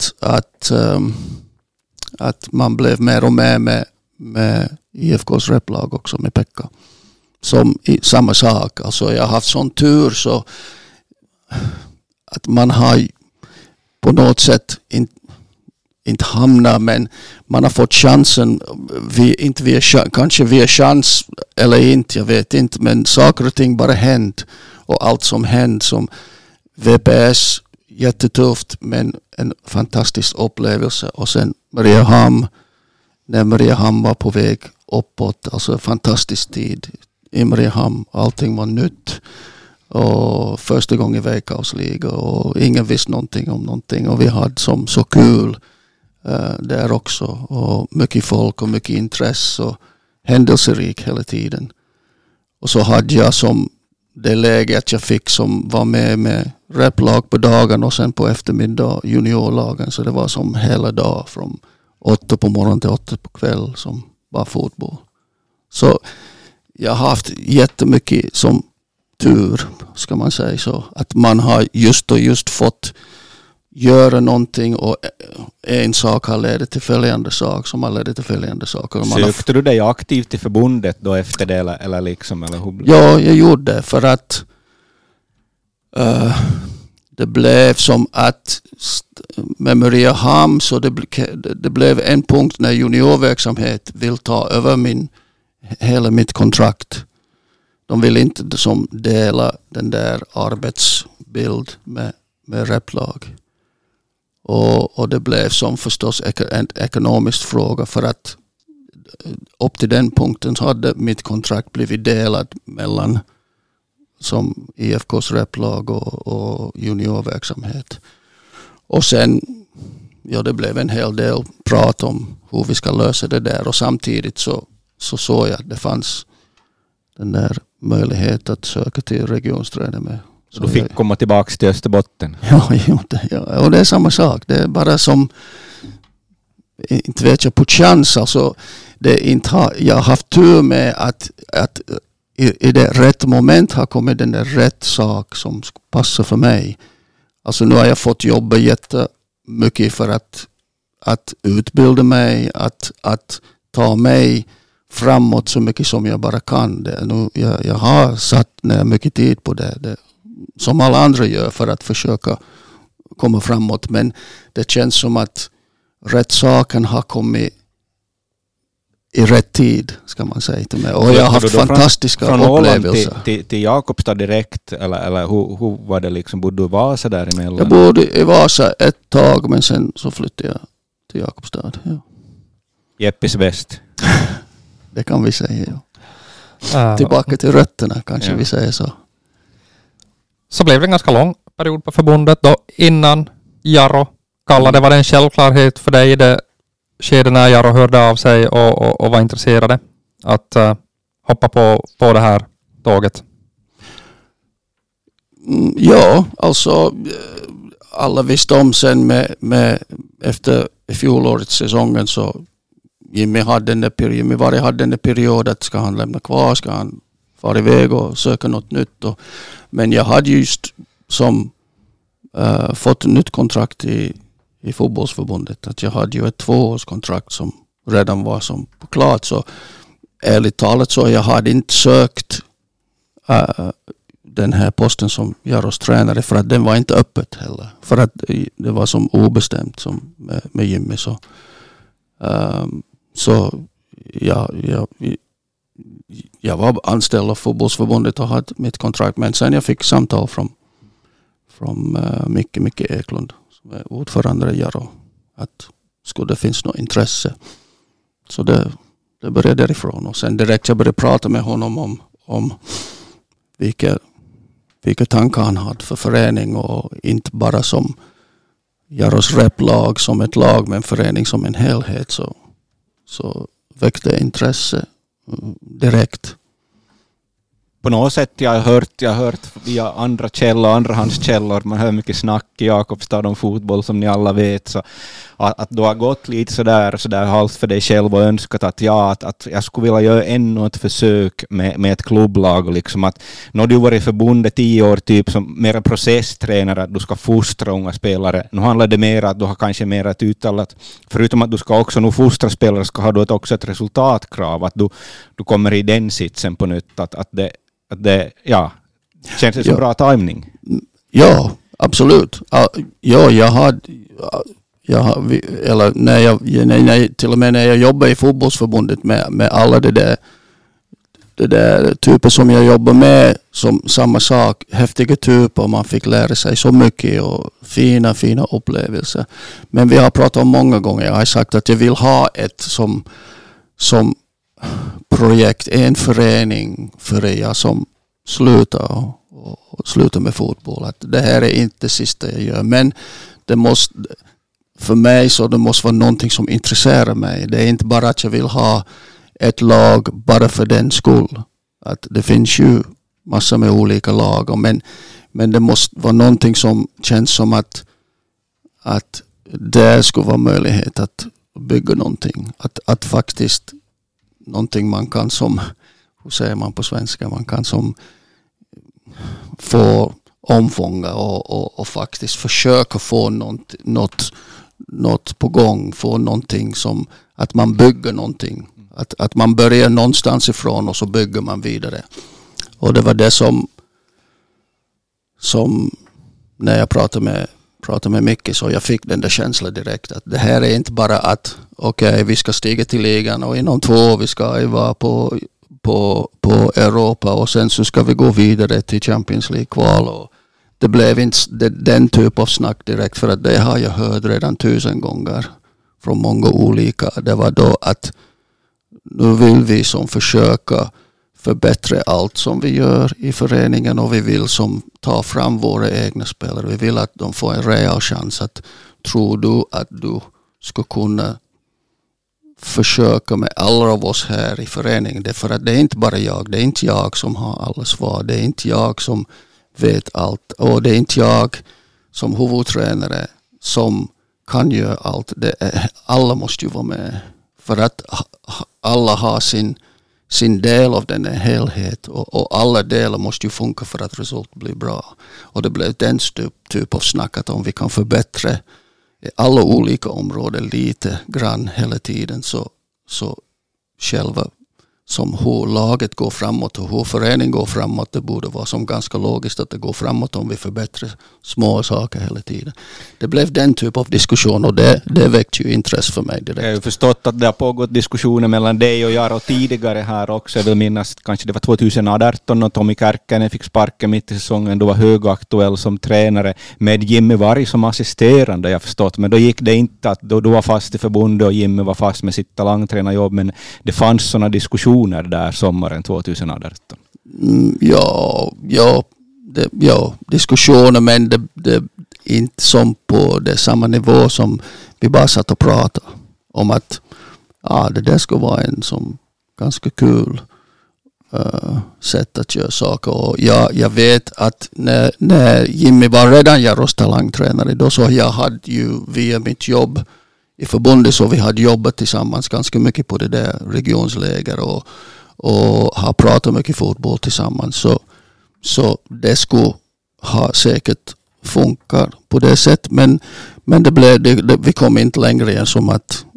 att man blev mer och mer med IFKs replag också med Pekka. Som i samma sak. Alltså jag har haft sån tur så att man har på något sätt inte hamnat, men man har fått chansen, kanske via chans eller inte, jag vet inte, men saker och ting bara hänt och allt som hänt som VPS, jättetufft men en fantastisk upplevelse och sen Mariehamn, när Mariehamn var på väg uppåt, alltså fantastisk tid i Mariehamn, allting var nytt och första gången i Veikkausliga och ingen visste någonting om någonting och vi hade som så kul där också och mycket folk och mycket intresse och händelserik hela tiden. Och så hade jag som det läge att jag fick som var med replag på dagen och sen på eftermiddag juniorlagen, så det var som hela dag från 8 på morgonen till 8 på kväll som var fotboll. Så jag har haft jättemycket som tur, ska man säga så, att man har just fått göra någonting och en sak har lett till följande sak som har lett till följande saker. Sökte du dig aktivt i förbundet då efter det eller liksom? Eller hur? Ja, jag gjorde det för att det blev som att med Mariehamn så det blev en punkt när juniorverksamhet vill ta över hela mitt kontrakt. De vill inte som dela den där arbetsbild med replag. Och det blev som förstås en ekonomisk fråga för att upp till den punkten så hade mitt kontrakt blivit delat mellan som IFKs replag och juniorverksamhet. Och sen, ja, det blev en hel del prat om hur vi ska lösa det där och samtidigt så såg jag att det fanns den där möjligheten att söka till regionstränare med. Så du fick komma tillbaka till Österbotten? Ja, och det är samma sak. Det är bara som, inte vet jag, på chans. Alltså, jag har haft tur med att i det rätt moment har kommit den där rätt sak som passar för mig. Alltså nu har jag fått jobba jättemycket för att utbilda mig, att ta mig framåt så mycket som jag bara kan. Jag har satt ner mycket tid på det som alla andra gör för att försöka komma framåt. Men det känns som att rätt saken har kommit i rätt tid, ska man säga till mig. Och jag har haft fantastiska upplevelser. Från till Jakobstad direkt, eller hur var det liksom? Bodde du i Vasa däremellan? Jag bodde i Vasa ett tag, men sen så flyttade jag till Jakobstad. Ja. Jeppis väst. Det kan vi säga, ja. Tillbaka till rötterna, kanske vi säger så. Så blev det en ganska lång period på förbundet då innan Jaro kallade. Var det en självklarhet för dig i det skede när Jaro hörde av sig och var intresserade att hoppa på det här tåget? Ja, alltså alla visste om sen med efter fjolårets säsongen så Jimmy hade den där period att ska han lämna kvar, ska han fara iväg och söka något nytt. Men jag hade just som fått ett nytt kontrakt i fotbollsförbundet. Att jag hade ju ett 2-årskontrakt som redan var som klart. Så ärligt talat så jag hade inte sökt den här posten som Jaros tränare för att den var inte öppet heller. För att det var som obestämt som med Jimmy. Så jag var anställd av fotbollsförbundet och hade mitt kontrakt. Men sen jag fick samtal från Micke Eklund som är ordförande i Jaro att skulle det finnas något intresse. Så det Det började därifrån. Och sen direkt jag började prata med honom om vilka tankar han hade för förening. Och inte bara som Jaros replag som ett lag, men förening som en helhet. Så väckte intresse direkt. På något sätt jag har hört via andra andrahandskällor, man hör mycket snack i Jakobstad om fotboll som ni alla vet, så att du har gått lite sådär halvt för dig själv och önskat att jag skulle vilja göra ännu ett försök med ett klubblag, och liksom att när du varit förbundet 10 år typ som mer en processtränare, att du ska fostra unga spelare. Nu handlar det mer att du har kanske mer ett uttalat, förutom att du ska också nu fostra spelare, ska ha du också ett resultatkrav, att du kommer i den sitsen på nytt, att det känns det som bra timing. Ja, absolut. Till och med när jag jobbade i fotbollsförbundet med alla det där typer som jag jobbar med, som samma sak, häftiga typer, man fick lära sig så mycket och fina upplevelser. Men vi har pratat om många gånger, jag har sagt att jag vill ha ett som projekt, en förening för jag som sluta med fotboll. Att det här är inte det sista jag gör. Men det måste, för mig så det måste vara någonting som intresserar mig. Det är inte bara att jag vill ha ett lag bara för den skull. Att det finns ju massor med olika lag. Men det måste vara någonting som känns som att det skulle vara möjlighet att bygga någonting. Att faktiskt någonting man kan som, hur säger man på svenska, man kan som få omfånga och faktiskt försöka få något på gång, få någonting som att man bygger någonting, att man börjar någonstans ifrån och så bygger man vidare. Och det var det som när jag pratade med Micke, så jag fick den där känslan direkt att det här är inte bara att okej, vi ska stiga till ligan och inom 2 år vi ska vara på Europa och sen så ska vi gå vidare till Champions League-kval. Och det blev inte den typ av snack direkt, för att det har jag hört redan 1000 gånger från många olika. Det var då att nu vill vi som försöka förbättra allt som vi gör i föreningen, och vi vill som ta fram våra egna spelare. Vi vill att de får en rejäl chans. Att tror du att du ska kunna försöka med alla av oss här i föreningen? Det är för att det är inte bara jag. Det är inte jag som har alla svar. Det är inte jag som vet allt. Och det är inte jag som huvudtränare som kan göra allt. Alla måste ju vara med. För att alla har sin del av den helhet, och alla delar måste ju funka för att resultatet blir bra. Och det blev den typ av snack att om vi kan förbättra i alla olika områden lite grann hela tiden, så själva som hur laget går framåt och hur föreningen går framåt, det borde vara som ganska logiskt att det går framåt om vi förbättrar små saker hela tiden. Det blev den typ av diskussion, och det väckte ju intresse för mig direkt. Jag har ju förstått att det har pågått diskussioner mellan dig och Jaro tidigare här också. Jag vill minnas, kanske det var 2018 och Tommy Kärkkäinen fick sparken mitt i säsongen. Du var högaktuell som tränare med Jimmy Varg som assisterande, jag förstått. Men då gick det inte att du var fast i förbundet och Jimmy var fast med sitt talangtränarjobb, men det fanns sådana diskussioner där sommaren 2018. Ja, diskussioner, men det inte som på det samma nivå som vi bara satt och pratade om att det där ska vara en som ganska kul sätt att göra saker. Och jag vet att när Jimmy var redan Jaros talangtränare, då så jag hade ju via mitt jobb i förbundet, så vi hade jobbat tillsammans ganska mycket på det där regionsläger och har pratat mycket fotboll tillsammans. Så det skulle ha säkert funkat på det sättet, men vi kom inte längre igen som att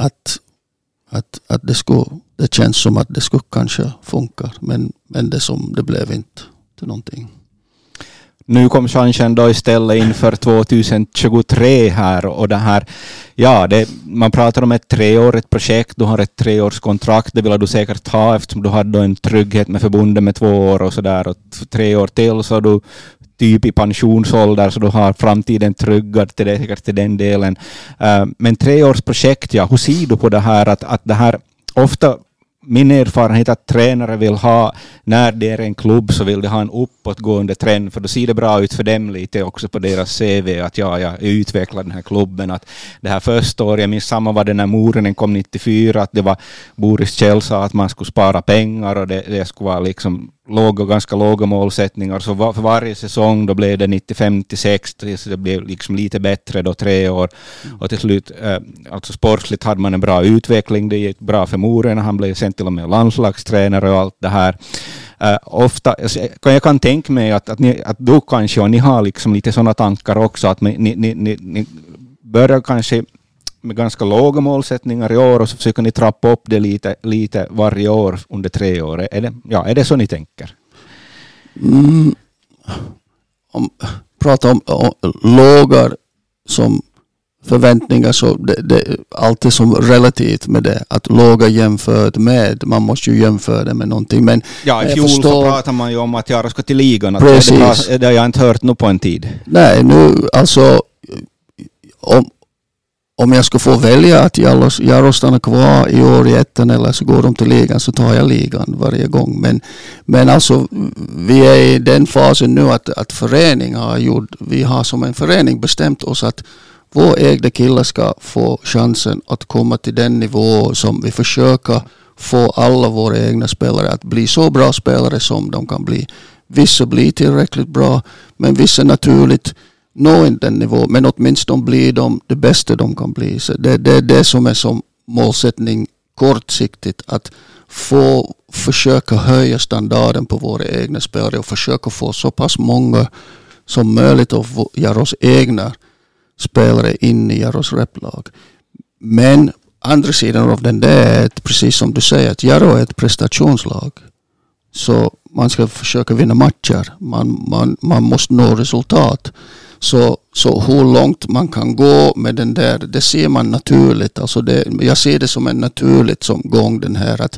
det känns som att det skulle kanske funka, men det blev inte till någonting. Nu kom chansen då istället inför 2023 här, och det här, man pratar om ett 3-årigt projekt, du har ett 3-årskontrakt, det vill du säkert ha eftersom du hade en trygghet med förbundet med 2 år och sådär, och 3 år till så du typ i pensionsålder, så du har framtiden tryggad till det, säkert till den delen. Men 3-årsprojekt, hur ser du på det här att det här ofta min erfarenhet att tränare vill ha, när det är en klubb så vill de ha en uppåtgående trend, för då ser det bra ut för dem lite också på deras CV att jag utvecklar den här klubben. Att det här första året, jag minns samma var det när Morenen kom 94, att det var Boris Kjell sa att man skulle spara pengar och det skulle vara liksom ganska låga målsättningar, så för varje säsong då blev det 95-60, så det blev liksom lite bättre då 3 år och till slut alltså sportsligt hade man en bra utveckling, det gick bra för Moren, han blev sen till och med landslagstränare och allt det här. Ofta, jag kan tänka mig att du kanske, och ni har liksom lite sådana tankar också, att ni börjar kanske med ganska låga målsättningar i år och så försöker ni trappa upp det lite varje år under 3 år. Är det så ni tänker? Prata om låga som förväntningar, så det är alltid som relativt med det. Att låga jämfört med, man måste ju jämföra det med någonting. Men ja, i fjol så pratar man ju om att jag ska till ligan. Precis. Det har jag inte hört nu på en tid. Nej, nu alltså om jag ska få välja att jag stannar kvar i år i ettan eller så går de till ligan, så tar jag ligan varje gång. Men alltså vi är i den fasen nu att föreningen har gjort, vi har som en förening bestämt oss att vår egna killar ska få chansen att komma till den nivå som vi försöker få alla våra egna spelare att bli så bra spelare som de kan bli. Vissa blir tillräckligt bra, men vissa naturligt nå inte den nivå, men åtminstone blir de det bästa de kan bli. Så det är det som är som målsättning kortsiktigt, att få försöka höja standarden på våra egna spelare och försöka få så pass många som möjligt att göra oss egna spelare in i Jaros replag. Men andra sidan av den är att, precis som du säger, att Jaro är ett prestationslag. Så man ska försöka vinna matcher. Man måste nå resultat. Så hur långt man kan gå med den där, det ser man naturligt. Alltså jag ser det som en naturligt som gång den här att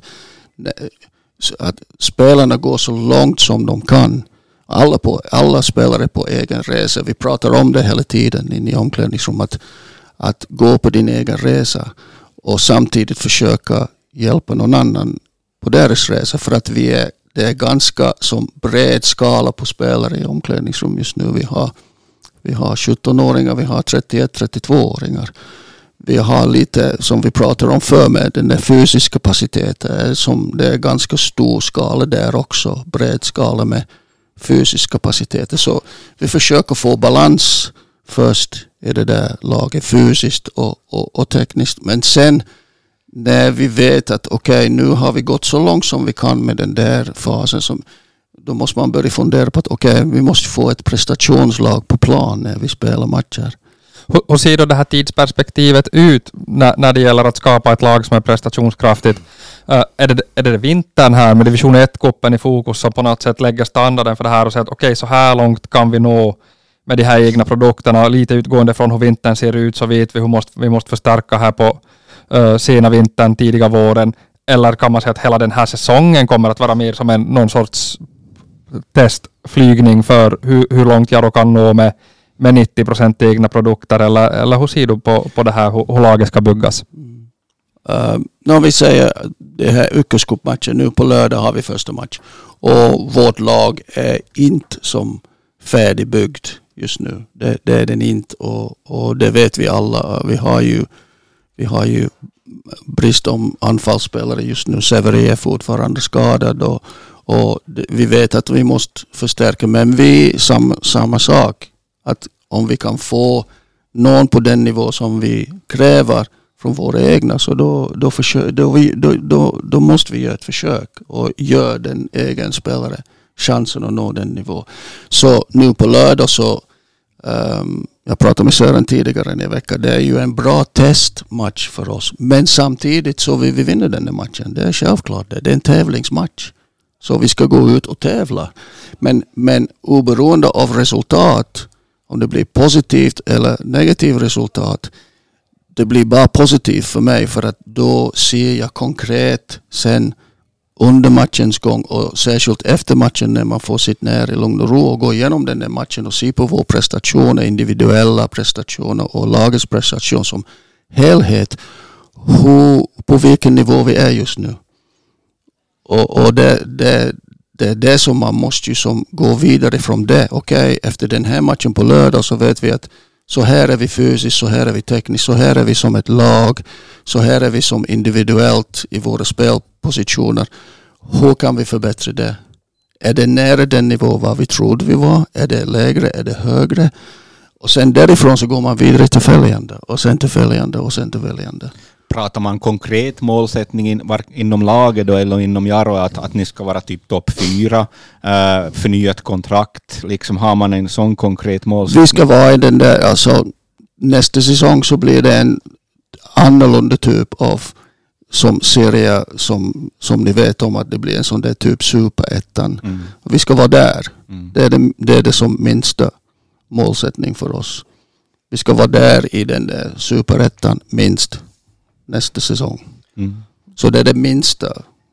spelarna går så långt som de kan. Alla spelare på egen resa. Vi pratar om det hela tiden in i omklädningsrummet. Att gå på din egen resa och samtidigt försöka hjälpa någon annan på deras resa. För att det är ganska som bred skala på spelare i omklädningsrum just nu. Vi har 17-åringar, vi har 31-32-åringar. Vi har lite som vi pratar om för med den där fysiska kapaciteten. Som det är ganska stor skala där också. Bred skala med fysisk kapacitet. Så vi försöker få balans först i det där laget fysiskt och tekniskt. Men sen när vi vet att okej, nu har vi gått så långt som vi kan med den där fasen, då måste man börja fundera på att vi måste få ett prestationslag på plan när vi spelar matcher. Hur ser då det här tidsperspektivet ut när det gäller att skapa ett lag som är prestationskraftigt? Är det vintern här med division 1-kuppen i fokus som på något sätt lägger standarden för det här och säger att så här långt kan vi nå med de här egna produkterna, lite utgående från hur vintern ser ut, så vet vi hur vi måste förstärka här på sena vintern, tidiga våren, eller kan man säga att hela den här säsongen kommer att vara mer som någon sorts testflygning för hur långt Jaro kan nå med 90% egna produkter, eller hur ser du på det här, hur laget ska byggas? När vi säger det här yrkescupmatchen, nu på lördag har vi första match och vårt lag är inte som färdigbyggd just nu. Det är den inte och det vet vi alla. Vi har ju brist om anfallsspelare just nu. Severi är fortfarande skadad och vi vet att vi måste förstärka, men samma sak, att om vi kan få någon på den nivå som vi kräver från våra egna, så då måste vi göra ett försök och göra den egen spelare chansen att nå den nivå. Så nu på lördag så jag pratade med Sören tidigare i veckan, det är ju en bra testmatch för oss, men samtidigt så vill vi vinna den här matchen. Det är självklart, det är en tävlingsmatch. Så vi ska gå ut och tävla. Men oberoende av resultat, om det blir positivt eller negativt resultat, det blir bara positivt för mig, för att då ser jag konkret sen under matchens gång och särskilt efter matchen när man får sitta ner i lugn och ro och gå igenom den där matchen och se på vår prestation, individuella prestationer och lagets prestation som helhet, på vilken nivå vi är just nu. Och det är det som man måste ju som gå vidare från det. Okej, efter den här matchen på lördag så vet vi att så här är vi fysiskt, så här är vi tekniskt, så här är vi som ett lag, så här är vi som individuellt i våra spelpositioner. Hur kan vi förbättra det? Är det nära den nivå vad vi trodde vi var? Är det lägre? Är det högre? Och sen därifrån så går man vidare till följande och sen till följande och sen till följande. Pratar man konkret målsättning inom laget då, eller inom Jaro att ni ska vara typ topp 4, förnyat kontrakt, liksom har man en sån konkret målsättning? Vi ska vara i den där, alltså nästa säsong så blir det en annorlunda typ av som serie som ni vet om att det blir en sån där typ superettan. Vi ska vara där. Det är det som minsta målsättning för oss. Vi ska vara där i den där superettan minst nästa säsong. Så det är det minsta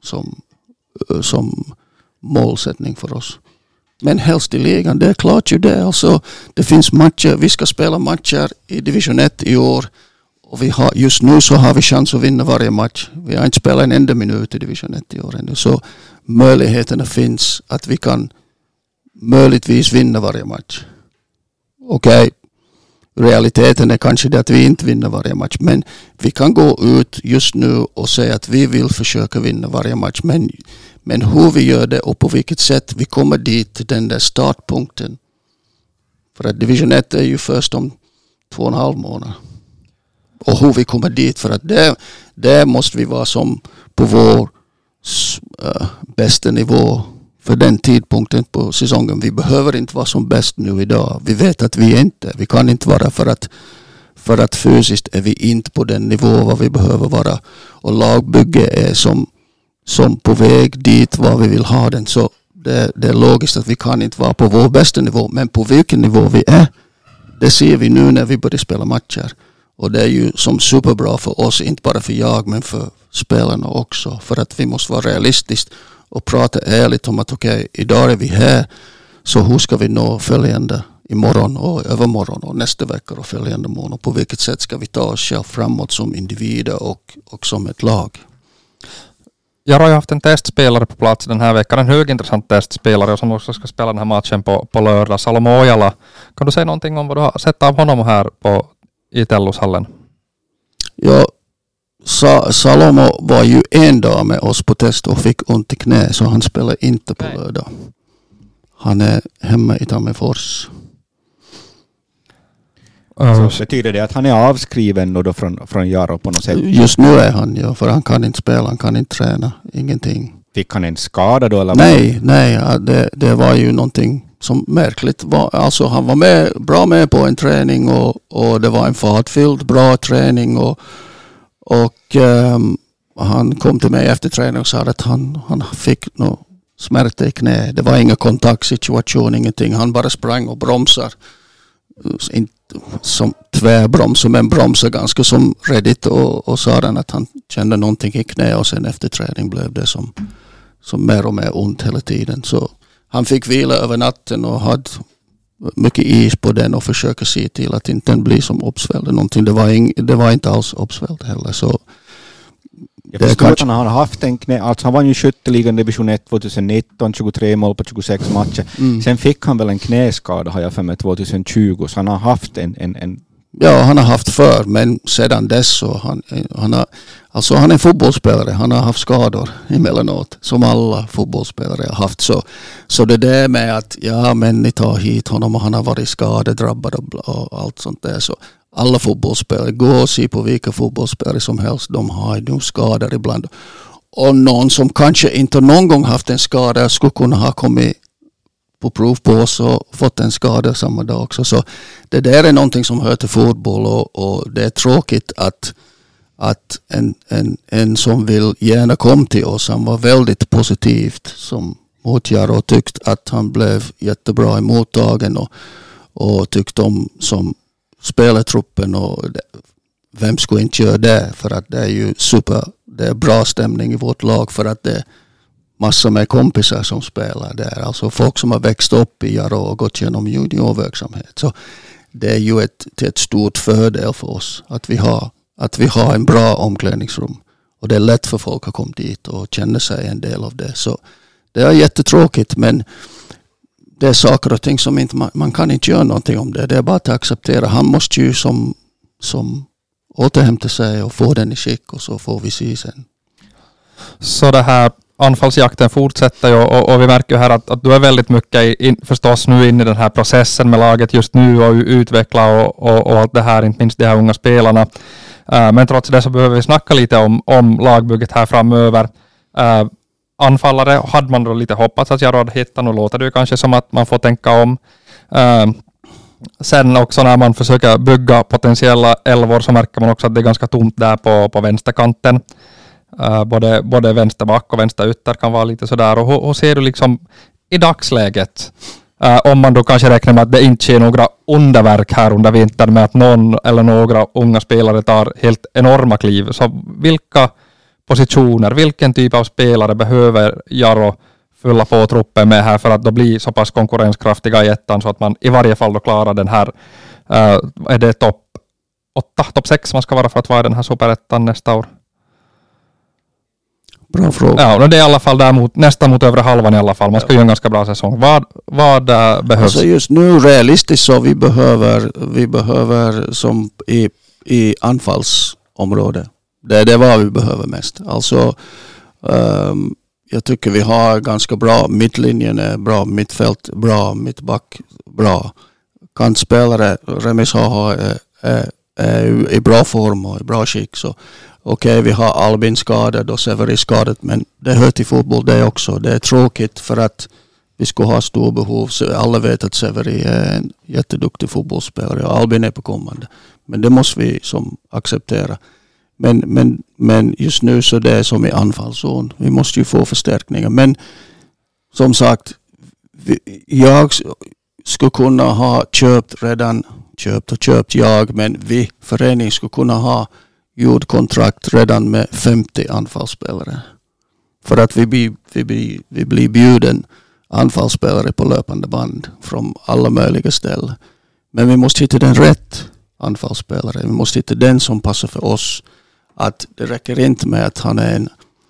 som målsättning för oss. Men helst i ligan, det är klart ju det. Alltså, det finns matcher, vi ska spela matcher i division 1 i år. Och just nu så har vi chans att vinna varje match. Vi har inte spelat en enda minut i division 1 i år ännu. Så möjligheterna finns att vi kan möjligtvis vinna varje match. Okej. Realiteten är kanske det att vi inte vinner varje match. Men vi kan gå ut just nu och säga att vi vill försöka vinna varje match. Men hur vi gör det och på vilket sätt vi kommer dit till den där startpunkten. För att division 1 är ju först om 2,5 månader. Och hur vi kommer dit, för att det måste vi vara som på vår bästa nivå för den tidpunkten på säsongen. Vi behöver inte vara som bäst nu idag. Vi vet att vi kan inte vara för att fysiskt är vi inte på den nivå vad vi behöver vara. Och lagbygge är som på väg dit vad vi vill ha den. Så det är logiskt att vi kan inte vara på vår bästa nivå. Men på vilken nivå vi är, det ser vi nu när vi börjar spela matcher. Och det är ju som superbra för oss, inte bara för jag men för spelarna också. För att vi måste vara realistiskt och prata ärligt om att okej, idag är vi här. Så hur ska vi nå följande imorgon och övermorgon och nästa vecka och följande månad? På vilket sätt ska vi ta oss själv framåt som individer och som ett lag? Jag har ju haft en testspelare på plats den här veckan, en högintressant testspelare som också ska spela den här matchen på lördag, Salomo Ojala. Kan du säga någonting om vad du har sett av honom här i Tellushallen? Ja, Salomo var ju en dag med oss på test och fick ont i knä, så han spelar inte på lördag. Han är hemma i Tammerfors. Så betyder det att han är avskriven då från Jaro på något sätt? Just nu är han ju, för han kan inte spela, han kan inte träna, ingenting. Fick han en skada då? Eller? Nej, det var ju någonting som märkligt var. Alltså han var bra med på en träning och det var en fartfylld bra träning och han kom till mig efter träning och sa att han fick något smärta i knä. Det var ingen kontaktsituation, ingenting. Han bara sprang och bromsar. Inte som tvärbromsar, men bromsar ganska som redigt och sa att han kände någonting i knä och sen efter träning blev det som mer och mer ont hela tiden. Så han fick vila över natten och hade mycket is på den och försöka se till att inte den blir som uppsvälld. Det var inte alls uppsvälld heller. Så jag förstår att han har haft en knä. Alltså han var ju skytteligan division 1 2019, 23 mål på 26 matcher. Sen fick han väl en knäskada har jag för mig 2020. Så han har haft en... Ja, han har haft för, men sedan dess så han är en fotbollsspelare. Han har haft skador emellanåt, som alla fotbollsspelare har haft. Så det där med att men ni tar hit honom och han har varit skadedrabbad och allt sånt där. Så alla fotbollsspelare, gå och se på vilka fotbollsspelare som helst. De har ju skador ibland. Och någon som kanske inte någon gång haft en skada skulle kunna ha kommit på prov på oss och fått en skada samma dag också. Så det där är någonting som hör till fotboll och det är tråkigt att en som vill gärna komma till oss, han var väldigt positivt som motgör och tyckte att han blev jättebra i mottagen och tyckte om som spelartruppen och vem skulle inte göra det, för att det är ju det är bra stämning i vårt lag för att det är massor med kompisar som spelar där. Alltså folk som har växt upp i Jaro och gått genom juniorverksamhet. Så det är ju ett stort fördel för oss att vi har en bra omklädningsrum. Och det är lätt för folk att komma dit och känna sig en del av det. Så det är jättetråkigt, men det är saker och ting som inte, man kan inte göra någonting om det. Det är bara att acceptera. Han måste ju som återhämta sig och få den i skick, och så får vi se sen. Så det här anfallsjakten fortsätter ju, och vi märker ju här att du är väldigt mycket förstås nu in i den här processen med laget just nu och utveckla och allt det här, inte minst de här unga spelarna. Men trots det så behöver vi snacka lite om lagbygget här framöver. Anfallare hade man då lite hoppats att Jaro hade hittat. Nu låter det ju kanske som att man får tänka om. Sen också när man försöker bygga potentiella elvor så märker man också att det är ganska tomt där på vänsterkanten. Både vänsterback och vänsterytter kan vara lite sådär. Och hur ser du liksom i dagsläget, om man då kanske räknar med att det inte sker några underverk här under vintern med att någon eller några unga spelare tar helt enorma kliv. Så vilka positioner, vilken typ av spelare behöver Jaro fylla på truppen med här för att då bli så pass konkurrenskraftiga i ettan så att man i varje fall då klarar den här, är det topp 8, topp 6 man ska vara för att vara i den här superettan nästa år? Bra fråga. Ja, det är i alla fall där nästan mot övre halvan i alla fall. Man ska göra en ganska bra säsong. Vad behövs? Alltså just nu realistiskt så vi behöver som i anfallsområdet. Det är vad vi behöver mest. Alltså jag tycker vi har ganska bra mittlinjen, är bra mittfält, bra mittback, bra kantspelare. Remis är i bra form och i bra skick. Så okej, vi har Albin skadad och Severi skadad, men det hör till fotboll det också. Det är tråkigt för att vi skulle ha stor behov. Så alla vet att Severi är en jätteduktig fotbollsspelare och Albin är på kommande. Men det måste vi som acceptera. Men just nu så det är som i anfallszon. Vi måste ju få förstärkningar. Men som sagt, jag skulle kunna ha köpt jag, men vi förening skulle kunna ha gjort kontrakt redan med 50 anfallsspelare. För att vi blir bjuden anfallsspelare på löpande band från alla möjliga ställen. Men vi måste hitta den rätt anfallsspelare. Vi måste hitta den som passar för oss. Att det räcker inte med att han är en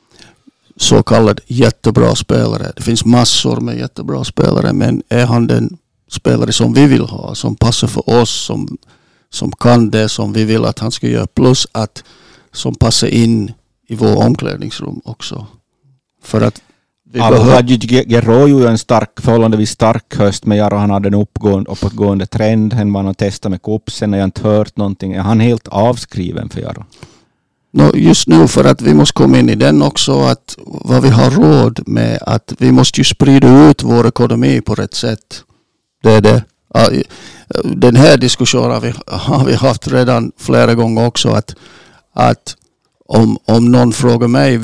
så kallad jättebra spelare. Det finns massor med jättebra spelare, men är han den spelare som vi vill ha, som passar för oss, som kan det som vi vill att han ska göra, plus att som passar in i vår omklädningsrum också. För att vi Gero ju en förhållandevis stark höst med Jaro. Han hade en uppåtgående trend. Han var och testade med Kupsen. Jag har inte hört någonting. Är han helt avskriven för Jaro? Just nu, för att vi måste komma in i den också, att vad vi har råd med, att vi måste ju sprida ut vår ekonomi på rätt sätt. Det är det. Den här diskussionen har vi haft redan flera gånger också, att om någon frågar mig,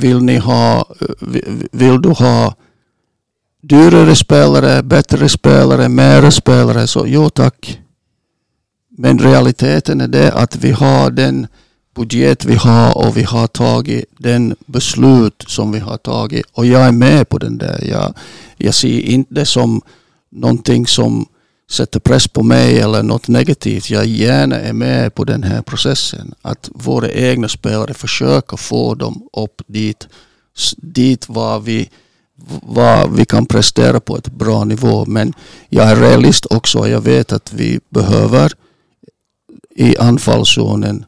vill du ha dyrare spelare, bättre spelare, mer spelare, så jo tack. Men realiteten är det att vi har den budget vi har och vi har tagit den beslut som vi har tagit, och jag är med på den där. Jag ser inte det som någonting som sätter press på mig eller något negativt. Jag gärna är med på den här processen. Att våra egna spelare försöker få dem upp dit vad vi kan prestera på ett bra nivå. Men jag är realist också. Jag vet att vi behöver i anfallszonen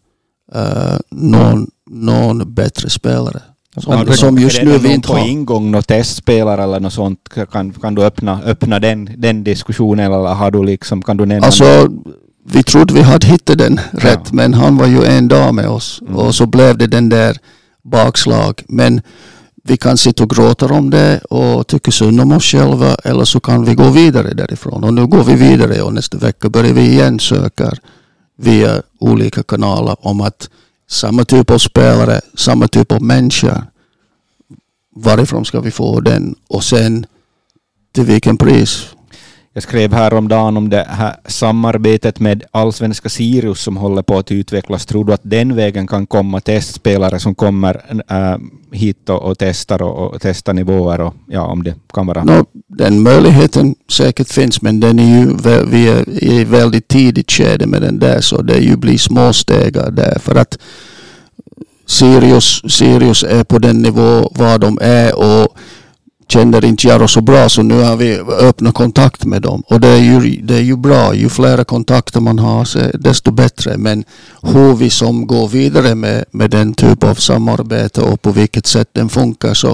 någon bättre spelare. Som just nu vi inte har. På ingång något testspelare eller något sånt, kan du öppna den diskussionen, eller har du liksom, kan du nämna? Alltså, vi trodde vi hade hittat den rätt, men han var ju en dag med oss och så blev det den där bakslag. Men vi kan sitta och gråta om det och tycka synd om oss själva, eller så kan vi gå vidare därifrån. Och nu går vi vidare och nästa vecka börjar vi igen söka via olika kanaler om att samma typ av spelare, samma typ av människor. Varifrån ska vi få den? Och sen till vilken pris? Jag skrev häromdagen om det här samarbetet med allsvenska Sirius som håller på att utvecklas. Tror du att den vägen kan komma testspelare som kommer hit och testar och testar nivåer? Och, ja, om det kan vara. Den möjligheten säkert finns, men den är ju, vi är i väldigt tidigt skede med den där, så det ju blir små stegar där. För att Sirius är på den nivå vad de är och känner inte Jaro så bra, så nu har vi öppnat kontakt med dem. Och det är ju bra. Ju fler kontakter man har så desto bättre. Men hur vi som går vidare med den typ av samarbete och på vilket sätt den funkar, så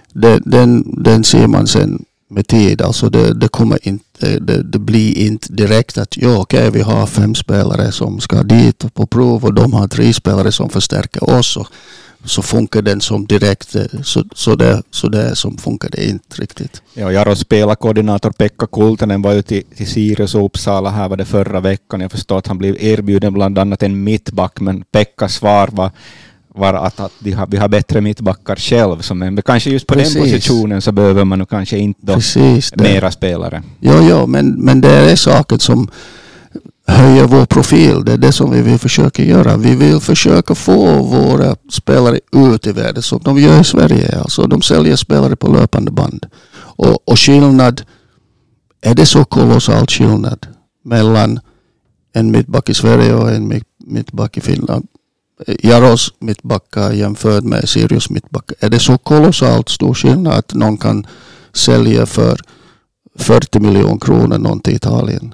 den ser man sen med tid. Alltså det kommer inte, det blir inte direkt att vi har 5 spelare som ska dit på prov och de har 3 spelare som förstärker oss. Så funkar den som direkt, så det som funkar det inte riktigt. Ja, Jaros spelarkoordinator Pekka Kultanen var ju till Sirius och Uppsala här var det förra veckan. Jag förstår att han blev erbjuden bland annat en mittback, men Pekkas svar var att vi har bättre mittbackar själv. Men kanske just på den positionen så behöver man nog kanske inte då mera spelare. Ja, men det är saker som höjer vår profil. Det är det som vi vill försöka göra. Vi vill försöka få våra spelare ut i världen som de gör i Sverige. Alltså de säljer spelare på löpande band. Och skillnad, är det så kolossalt skillnad mellan en mittback i Sverige och en mittback i Finland? Jaros mittbackar jämfört med Sirius mittbackar. Är det så kolossalt stor skillnad att någon kan sälja för 40 miljoner kronor någon till Italien?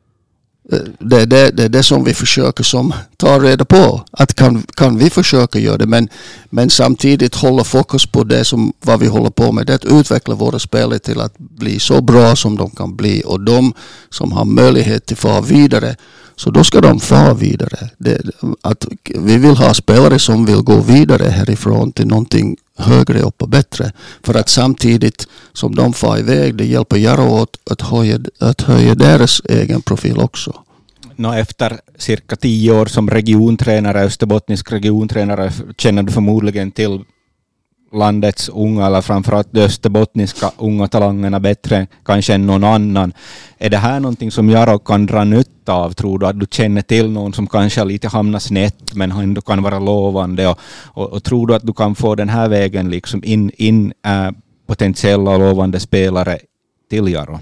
Det är det som vi försöker som tar reda på. Att kan vi försöka göra det, men samtidigt hålla fokus på det som vad vi håller på med. Det att utveckla våra spelare till att bli så bra som de kan bli. Och de som har möjlighet till att fara vidare, så då ska de fara vidare. Att vi vill ha spelare som vill gå vidare härifrån till någonting högre upp och bättre. För att samtidigt som de far iväg, det hjälper Jaro att höja deras egen profil också. Efter cirka 10 år som regiontränare, österbottnisk regiontränare, känner du förmodligen till landets unga, eller framförallt de österbottniska unga talangerna bättre kanske än någon annan. Är det här någonting som Jaro kan dra nytta av? Tror du att du känner till någon som kanske lite hamnar snett men ändå kan vara lovande? Och tror du att du kan få den här vägen liksom in potentiella och lovande spelare till Jaro?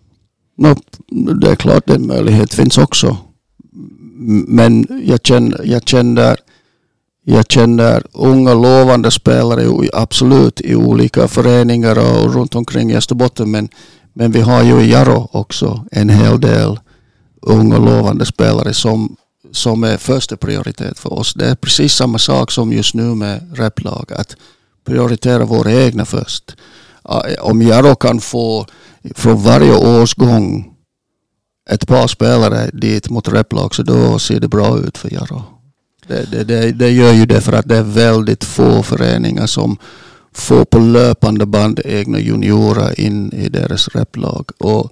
Det är klart den möjlighet finns också. Men jag känner unga lovande spelare absolut i olika föreningar och runt omkring i Österbotten. Men vi har ju i Jaro också en hel del unga lovande spelare som är första prioritet för oss. Det är precis samma sak som just nu med replag. Att prioritera våra egna först. Om Jaro kan få från varje årsgång ett par spelare dit mot replag, så då ser det bra ut för Jaro. Det gör ju det för att det är väldigt få föreningar som får på löpande band egna juniorer in i deras replag. Och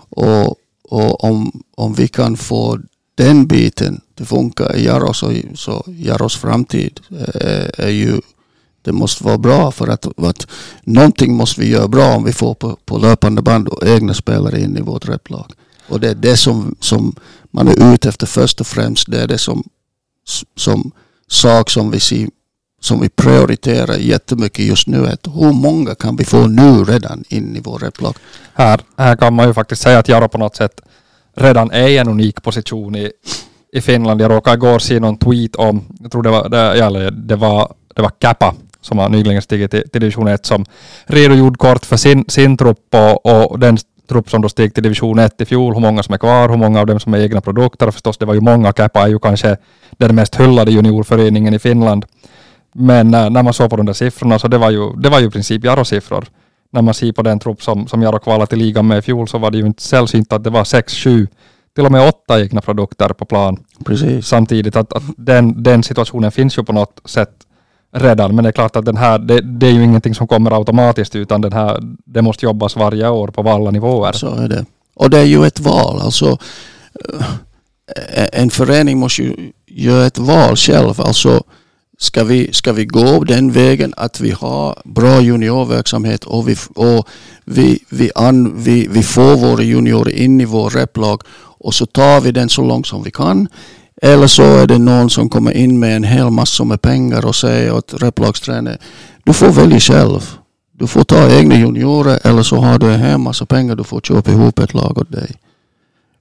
om vi kan få den biten att funka i Jaro, så Jaros framtid är ju, det måste vara bra, för att någonting måste vi göra bra om vi får på löpande band och egna spelare in i vårt replag. Och det är det som man är ute efter först och främst. Det är det som sak som vi prioriterar jättemycket just nu. Att hur många kan vi få nu redan in i vår replag? Här kan man ju faktiskt säga att Jaro på något sätt redan är i en unik position i Finland. Jag råkade igår se någon tweet om, jag tror det var Kappa som har nyligen stigit till division 1, som redogjorde kort för sin trupp och den trupp som då steg till division 1 i fjol, hur många som är kvar, hur många av dem som är egna produkter. Och förstås, det var ju många. Kappa är ju kanske den mest hyllade juniorföreningen i Finland. Men när man såg på de där siffrorna, så det var ju i princip Jaro-siffror. När man ser på den trupp som Jaro kvalade till ligan med i fjol, så var det ju inte sällsynt att det var 6-7, till och med 8 egna produkter på plan. Precis. Samtidigt att den situationen finns ju på något sätt redan, men det är klart att den här, det är ju ingenting som kommer automatiskt, utan det måste jobbas varje år på alla nivåer. Så är det. Och det är ju ett val. Alltså, en förening måste ju göra ett val själv. Alltså, ska vi gå den vägen att vi har bra juniorverksamhet och vi får våra juniorer in i vår replag, och så tar vi den så långt som vi kan. Eller så är det någon som kommer in med en hel massa med pengar och säger åt replagstränare, du får välja själv. Du får ta egna juniorer, eller så har du en hel massa pengar, du får köpa ihop ett lag åt dig.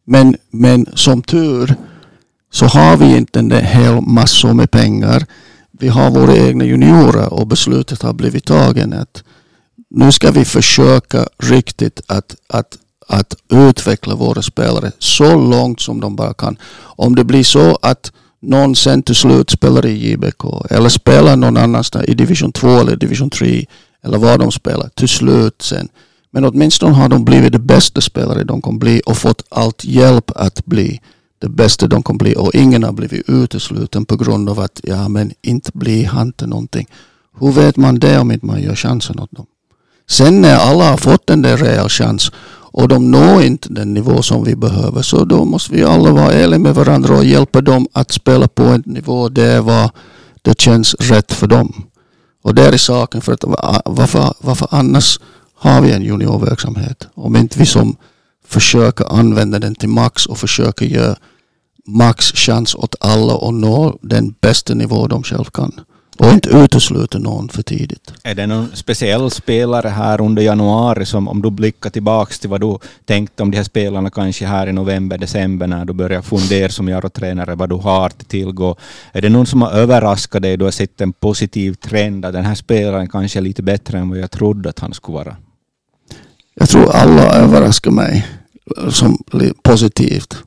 Men som tur så har vi inte en hel massa med pengar. vi har våra egna juniorer och beslutet har blivit tagen att nu ska vi försöka riktigt att utveckla våra spelare så långt som de bara kan. Om det blir så att någon sen till slut spelar i JBK eller spelar någon annanstans i division 2 eller division 3 eller vad de spelar till slut sen. Men åtminstone har de blivit det bästa spelare de kan bli och fått allt hjälp att bli det bästa de kan bli. Och ingen har blivit utesluten på grund av att men inte blir han till någonting. Hur vet man det om inte man gör chansen åt dem? Sen när alla har fått en där reell chans och de når inte den nivå som vi behöver, så då måste vi alla vara ärliga med varandra och hjälpa dem att spela på en nivå där det känns rätt för dem. Och det är saken, för att varför annars har vi en juniorverksamhet om inte vi som försöker använda den till max och försöker göra max chans åt alla och nå den bästa nivå de själv kan. Och inte utesluta någon för tidigt. Är det någon speciell spelare här under januari som, om du blickar tillbaka till vad du tänkte om de här spelarna kanske här i november, december när du börjar fundera som Jaro-tränare vad du har till tillgå. Är det någon som har överraskat dig? Du har sett en positiv trend att den här spelaren kanske är lite bättre än vad jag trodde att han skulle vara. Jag tror alla överraskar mig som positivt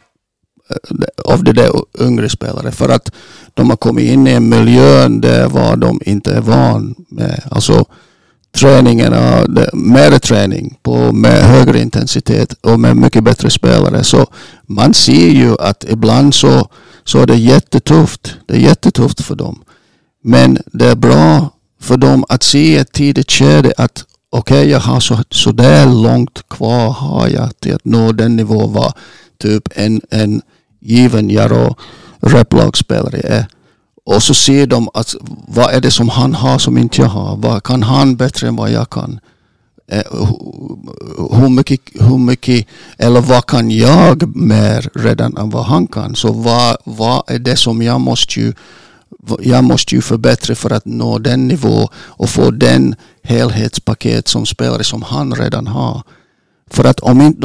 av det där yngre spelare, för att de har kommit in i en miljö där vad de inte är van med. Alltså träningarna, mer träning med högre intensitet och med mycket bättre spelare. Så man ser ju att ibland så är det jättetufft. Det är jättetufft för dem. Men det är bra för dem att se ett tidigt skede att okej, jag har så där långt kvar har jag till att nå den nivå var typ en given Jaro replagsspelare är. Och så ser de att vad är det som han har som inte jag har? Vad kan han bättre än vad jag kan? Hur mycket eller vad kan jag mer redan än vad han kan? Så vad är det som jag måste ju förbättra för att nå den nivå och få den helhetspaket som spelare som han redan har. För att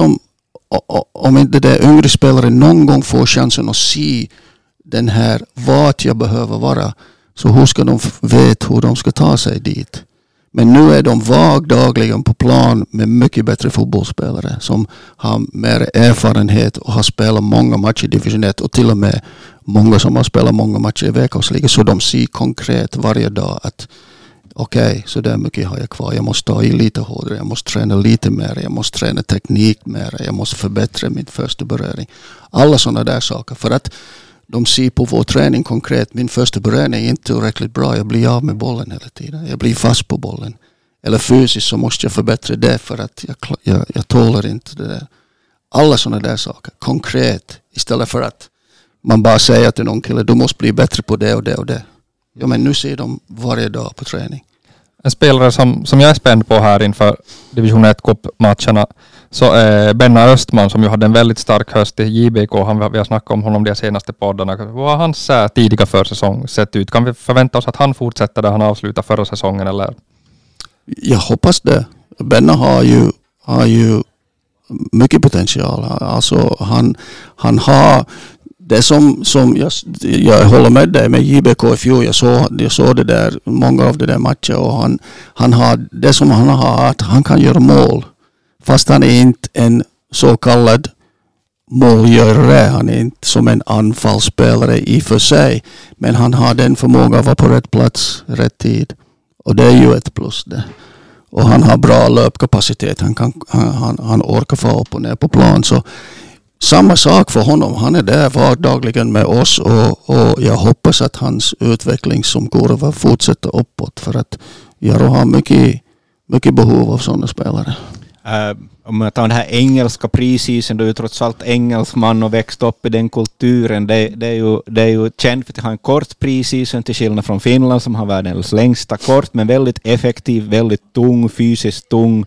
om inte det yngre spelare någon gång får chansen att se den här vad jag behöver vara, så hur ska de veta hur de ska ta sig dit? Men nu är de dagligen på plan med mycket bättre fotbollsspelare som har mer erfarenhet och har spelat många matcher i division 1 och till och med många som har spelat många matcher i veckosliga, så de ser konkret varje dag att okej, så där mycket har jag kvar. Jag måste ta i lite hårdare, jag måste träna lite mer, jag måste träna teknik mer, jag måste förbättra min första beröring. Alla sådana där saker, för att de ser på vår träning konkret. Min första beröring är inte tillräckligt bra, jag blir av med bollen hela tiden. Jag blir fast på bollen. Eller fysiskt så måste jag förbättra det för att jag tålar inte det där. Alla sådana där saker, konkret, istället för att man bara säger till någon kille, du måste bli bättre på det och det och det. Ja, men nu ser de varje dag på träning. En spelare som jag är spänd på här inför division 1-cup-matcherna så är Benna Östman, som ju hade en väldigt stark höst i JBK. Vi har snackat om honom de senaste poddarna. Vad har hans tidiga försäsong sett ut? Kan vi förvänta oss att han fortsätter där han avslutar förra säsongen? Eller? Jag hoppas det. Benna har ju mycket potential. Alltså han har det som jag håller med dig med JBK i fjol. Jag såg det där, många av de där matcher, och han har det som han har, att han kan göra mål. Fast han är inte en så kallad målgörare. Han är inte som en anfallsspelare i för sig. Men han har den förmåga att vara på rätt plats, rätt tid. Och det är ju ett plus det. Och han har bra löpkapacitet. Han orkar få upp och ner på plan. Så samma sak för honom. Han är där vardagligen med oss. Och jag hoppas att hans utveckling som kurva fortsätter uppåt. För att Jaro har mycket behov av sådana spelare. Om jag tar den här engelska preseason, du är ju trots allt engelsman och växt upp i den kulturen. Det är ju känt för att ha en kort preseason till skillnad från Finland som har världens längsta kort, men väldigt effektiv, väldigt tung, fysiskt tung.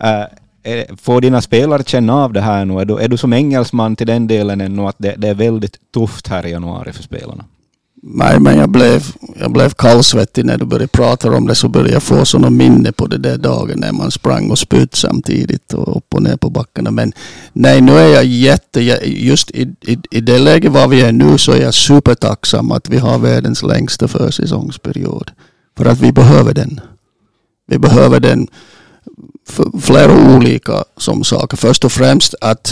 Får dina spelare känna av det här nu? Är du som engelsman till den delen ännu att det är väldigt tufft här i januari för spelarna? Nej, men jag blev kallsvettig när du började prata om det, så började jag få sådana minne på det där dagen när man sprang och spytt samtidigt och upp och ner på backarna. Men nej, nu är jag just i det läget var vi är nu, så är jag supertacksam att vi har världens längsta försäsongsperiod. För att vi behöver den. Vi behöver den för flera olika som saker. Först och främst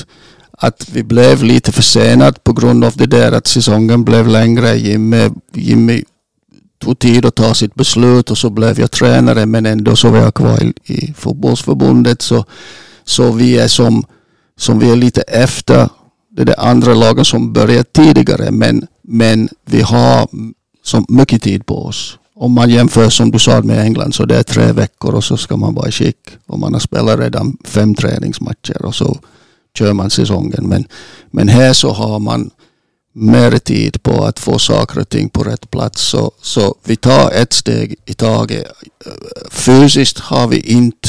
att vi blev lite försenat på grund av det där att säsongen blev längre. Jimmy tog tid att ta sitt beslut och så blev jag tränare, men ändå så var jag kvar i fotbollsförbundet, så vi är som vi är lite efter det där andra lagen som började tidigare, men vi har så mycket tid på oss. Om man jämför som du sa med England, så det är 3 veckor och så ska man vara i skick, och man har spelat redan 5 träningsmatcher och så kör man säsongen. Men här så har man mer tid på att få saker och ting på rätt plats. Så vi tar ett steg i taget. Fysiskt har vi inte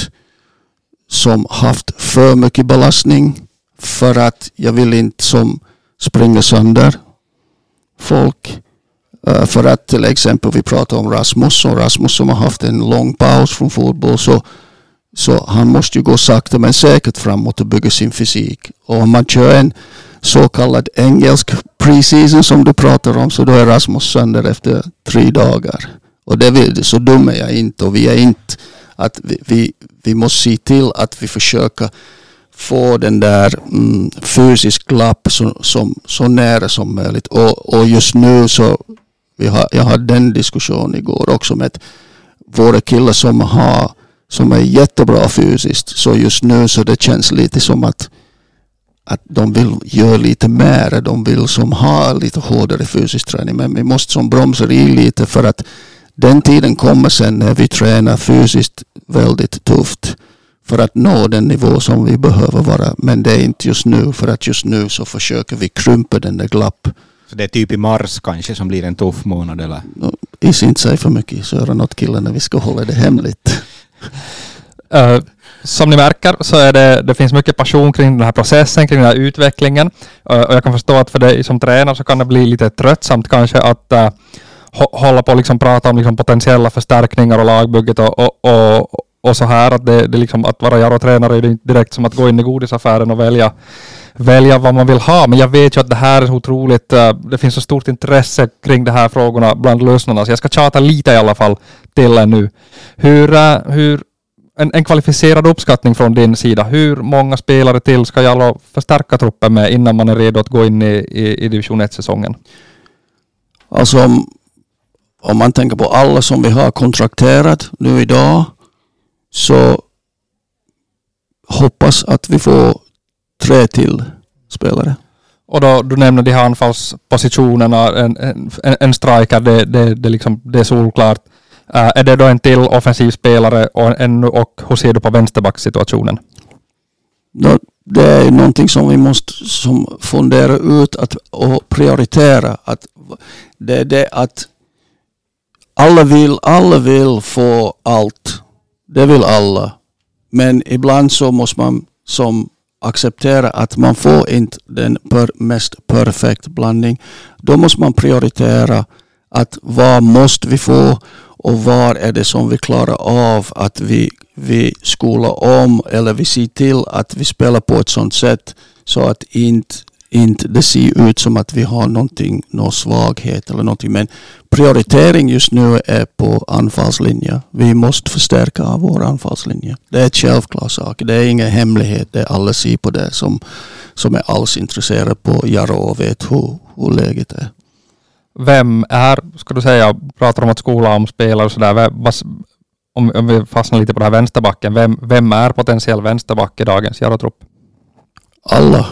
som haft för mycket belastning, för att jag vill inte som springa sönder folk. För att till exempel vi pratar om Rasmus som har haft en lång paus från fotboll, så han måste ju gå sakta men säkert framåt och bygga sin fysik. Och om man kör en så kallad engelsk preseason som du pratar om, så då är Rasmus sönder efter 3 dagar. Och så dum är jag inte. Och vi är inte att vi måste se till att vi försöker få den där fysisk glapp så nära som möjligt. Och just nu så jag hade den diskussionen igår också med våra killar som är jättebra fysiskt. Så just nu så det känns lite som att de vill göra lite mer. De vill som ha lite hårdare fysisk träning. Men vi måste som bromsa i lite, för att den tiden kommer sen när vi tränar fysiskt väldigt tufft för att nå den nivå som vi behöver vara. Men det är inte just nu, för att just nu så försöker vi krympa den där glapp. Så det är typ i mars kanske som blir en tuff månad, eller? Jag inte säga för mycket, så är det något killarna vi ska hålla det hemligt. Som ni märker så är det finns mycket passion kring den här processen, kring den här utvecklingen. Och jag kan förstå att för dig som tränare så kan det bli lite tröttsamt kanske att hålla på och liksom prata om liksom potentiella förstärkningar och lagbygget och så här. Att det liksom, att vara Jaro-tränare är det inte direkt som att gå in i godisaffären och välja vad man vill ha. Men jag vet ju att det här är så otroligt, det finns så stort intresse kring de här frågorna bland lyssnarna. Så jag ska tjata lite i alla fall till er nu. Hur en kvalificerad uppskattning från din sida. Hur många spelare till ska Jaro förstärka truppen med innan man är redo att gå in i division 1-säsongen? Alltså om man tänker på alla som vi har kontrakterat nu idag, så hoppas att vi får 3 till spelare. Och då du nämner de här anfallspositionerna, en striker, det är solklart. Är det då en till offensiv spelare och hur ser du på vänsterbacksituationen? Det är någonting som vi måste fundera ut och prioritera. Det är det att alla vill få allt. Det vill alla. Men ibland så måste man som acceptera att man får inte den mest perfekt blandning. Då måste man prioritera att vad måste vi få och var är det som vi klarar av att vi skolar om, eller vi ser till att vi spelar på ett sånt sätt så att inte det ser ut som att vi har någon svaghet eller någonting. Men prioritering just nu är på anfallslinje. Vi måste förstärka vår anfallslinje. Det är ett självklart sak. Det är ingen hemlighet. Det alla ser på det som är alls intresserade på Jaro och vet hur läget är. Vem är, ska du säga, pratar om att skola om spelare och sådär, om vi fastnar lite på det här vänsterbacken, vem är potentiell vänsterback i dagens Jaro-trupp? Alla.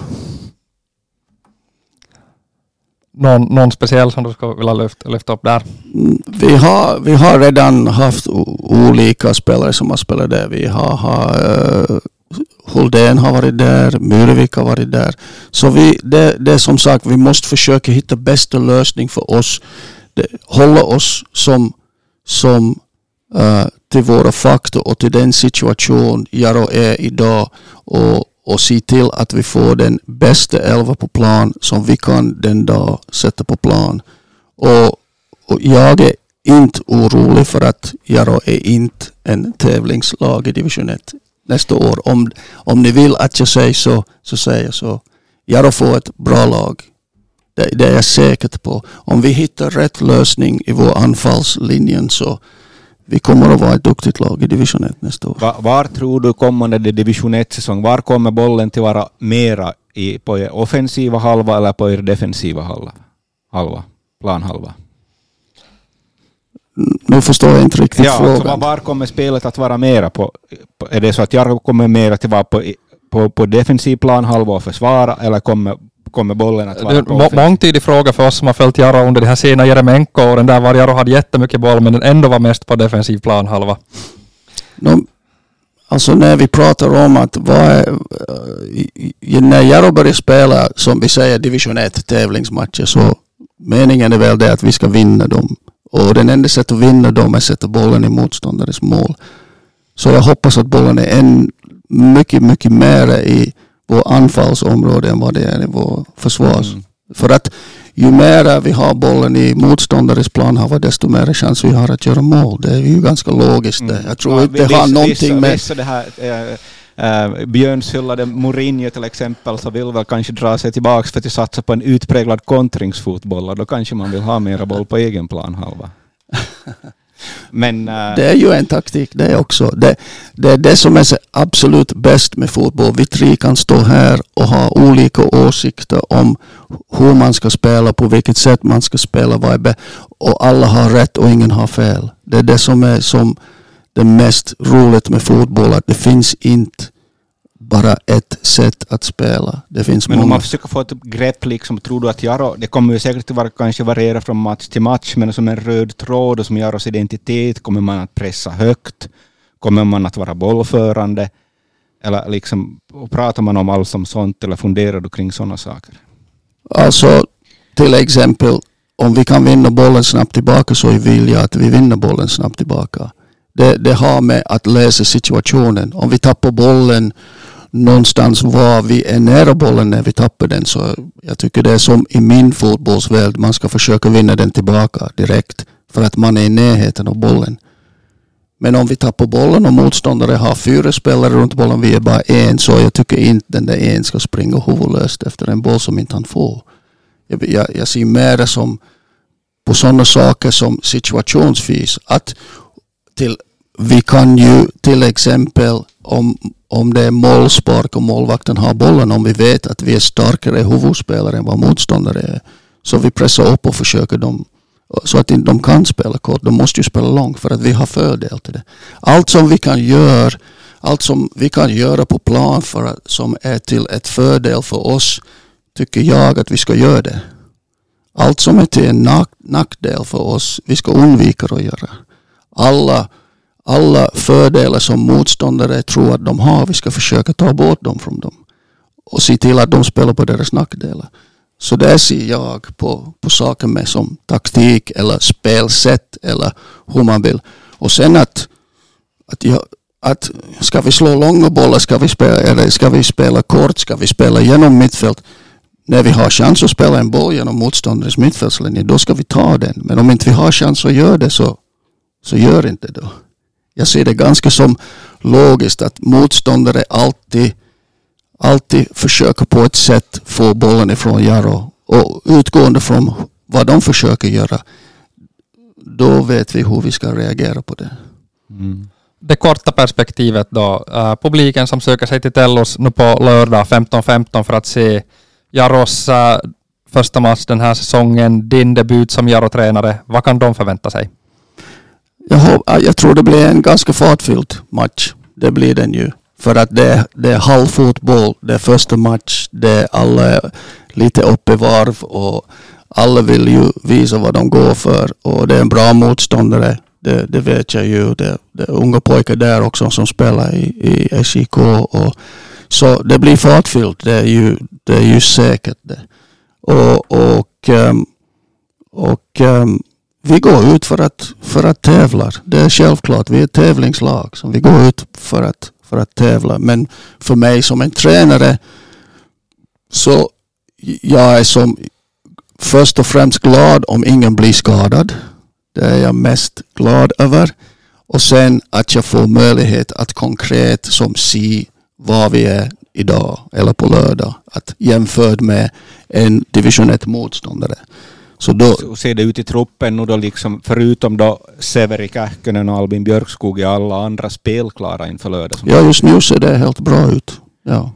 Någon speciell som du skulle vilja lyfta upp där? Vi har redan haft olika spelare som har spelat där. Vi har Huldén har varit där, Myrvik har varit där. Så det är som sagt, vi måste försöka hitta bästa lösning för oss. Hålla oss som till våra fakta och till den situation Jaro är idag, och se till att vi får den bästa 11 på plan som vi kan den dag sätta på plan. Och jag är inte orolig för att Jaro är inte en tävlingslag i division 1 nästa år. Om ni vill att jag säger så säger jag så. Jaro får ett bra lag. Det är jag säkert på. Om vi hittar rätt lösning i vår anfallslinjen så vi kommer att vara ett duktigt lag i division 1 nästa år. Var tror du kommande division 1-säsong, var kommer bollen till vara mera på er offensiva halva eller på er defensiva halva, planhalva? Nu förstår jag inte riktigt frågan. Så var kommer spelet att vara mera på? Är det så att Jaro kommer mera till vara på defensiv planhalva och försvara, eller kommer bollen att vara på offensiv? Mångtidig fråga för oss som har följt Jaro under de här sena Jeremenko-åren, där var Jaro hade jättemycket boll men den ändå var mest på defensiv planhalva. Alltså när vi pratar om att när Jaro börjar spela, som vi säger, division 1 tävlingsmatcher, så meningen är väl det att vi ska vinna dem. Och den enda sättet att vinna dem är att sätta bollen i motståndares mål. Så jag hoppas att bollen är mycket, mycket mer i vår anfallsområde än vad det är i vår försvars. För att ju mer vi har bollen i motståndares planhalva, desto mer chans vi har att göra mål. Det är ju ganska logiskt. Jag tror inte det har någonting med... Vissa det här Björnshyllade Mourinho till exempel, så vill väl kanske dra sig tillbaka för att satsa på en utpräglad kontringsfotboll, och då kanske man vill ha mera boll på egen planhalva. Men det är ju en taktik det också. Det är det som är så absolut bäst med fotboll. Vi tre kan stå här och ha olika åsikter om hur man ska spela, på vilket sätt man ska spela, och alla har rätt och ingen har fel. Det är det som är som det mest roligt med fotboll, att det finns inte bara ett sätt att spela. Det finns men många. Om man försöker få ett grepp, liksom, tror du att Jaro, det kommer ju säkert att kanske variera från match till match, men som en röd tråd och som Jaros identitet, kommer man att pressa högt? Kommer man att vara bollförande? Eller liksom, pratar man om allt som sånt, eller funderar du kring sådana saker? Alltså, till exempel, om vi kan vinna bollen snabbt tillbaka, så vill jag att vi vinner bollen snabbt tillbaka. Det har med att läsa situationen. Om vi tappar bollen någonstans var vi är nära bollen när vi tappar den, så jag tycker det är som i min fotbollsvärld, man ska försöka vinna den tillbaka direkt för att man är i närheten av bollen. Men om vi tappar bollen och motståndare har 4 spelare runt bollen, vi är bara en, så jag tycker inte den där en ska springa huvudlöst efter en boll som inte han får. Jag ser mer som på sådana saker som situationsvis, att vi kan ju till exempel om det är målspark och målvakten har bollen, om vi vet att vi är starkare huvudspelare än vad motståndare är, så vi pressar upp och försöker dem så att de kan spela kort. De måste ju spela långt för att vi har fördel till det. Allt som vi kan göra på plan som är till ett fördel för oss, tycker jag att vi ska göra det. Allt som är till en nackdel för oss, vi ska undvika att göra. Alla fördelar som motståndare tror att de har, vi ska försöka ta bort dem från dem. Och se till att de spelar på deras nackdelar. Så det ser jag på saker med som taktik eller spelsätt eller hur man vill. Och sen att ska vi slå långa bollar, ska vi spela kort, ska vi spela genom mittfält. När vi har chans att spela en boll genom motståndarens mittfältslinje, då ska vi ta den. Men om inte vi har chans att göra det, så gör inte det då. Jag ser det ganska som logiskt att motståndare alltid försöker på ett sätt få bollen ifrån Jaro, och utgående från vad de försöker göra, då vet vi hur vi ska reagera på det. Det korta perspektivet då, publiken som söker sig till Tellos nu på lördag 15.15 för att se Jaros första match den här säsongen, din debut som Jaro-tränare, vad kan de förvänta sig? Jag tror det blir en ganska fartfylld match. Det blir den ju. För att det är halvfotboll, det är första match, det är alla lite uppe i varv och alla vill ju visa vad de går för. Och det är en bra motståndare, det vet jag ju. Det är unga pojkar där också som spelar i SIK. Så det blir fartfyllt, det är ju säkert det. Och vi går ut för att tävla. Det är självklart, vi är ett tävlingslag som vi går ut för att tävla. Men för mig som en tränare, så jag är som först och främst glad om ingen blir skadad. Det är jag mest glad över. Och sen att jag får möjlighet att konkret som se var vi är idag eller på lördag. Att jämfört med en division 1-motståndare. Så då ser det ut i truppen och då liksom, förutom då Severi Kähkönen och Albin Björkskog är alla andra spelklara inför lördag? Ja, just nu ser det helt bra ut. Ja.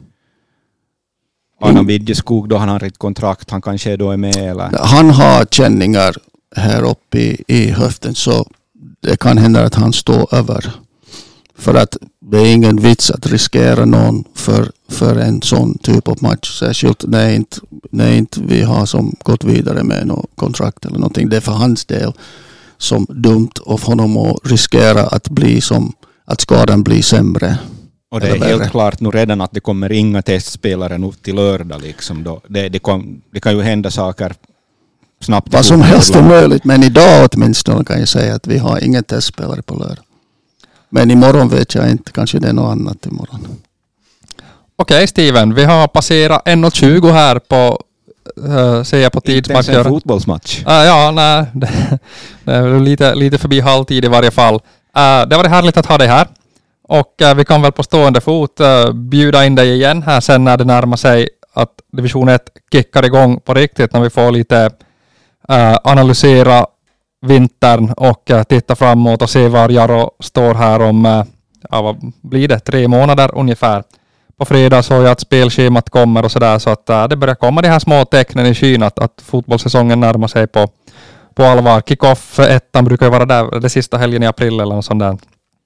Anna Vidjeskog då, han har ett kontrakt, han kanske då är med eller? Han har känningar här uppe i höften så det kan hända att han står över. För att det är ingen vits att riskera någon för en sån typ av match. Särskilt när inte vi har som gått vidare med något kontrakt eller någonting. Det är för hans del som dumt av honom att riskera att skadan blir sämre. Och det är helt klart nu redan att det kommer inga testspelare nu till lördag. Liksom då. Det kan ju hända saker snabbt. Vad som helst är möjligt, men idag åtminstone kan jag säga att vi har ingen testspelare på lördag. Men imorgon vet jag inte, kanske det är något annat imorgon. Okej, Steven, vi har passerat 1:20 här på ser jag på tidsmarkören. Inte ens en fotbollsmatch. Ja, nej, det är lite förbi halvtid i varje fall. Det var härligt att ha dig här. Och vi kan väl på stående fot bjuda in dig igen här sen när det närmar sig att division 1 kickar igång på riktigt, när vi får lite analysera vintern och titta framåt och se var Jaro står här om, vad blir det, 3 månader ungefär. På fredag såg jag att spelschemat kommer och sådär, så att det börjar komma de här små tecknen i skyn att fotbollssäsongen närmar sig på allvar. Kick-off 1 brukar ju vara där det sista helgen i april eller något sånt där.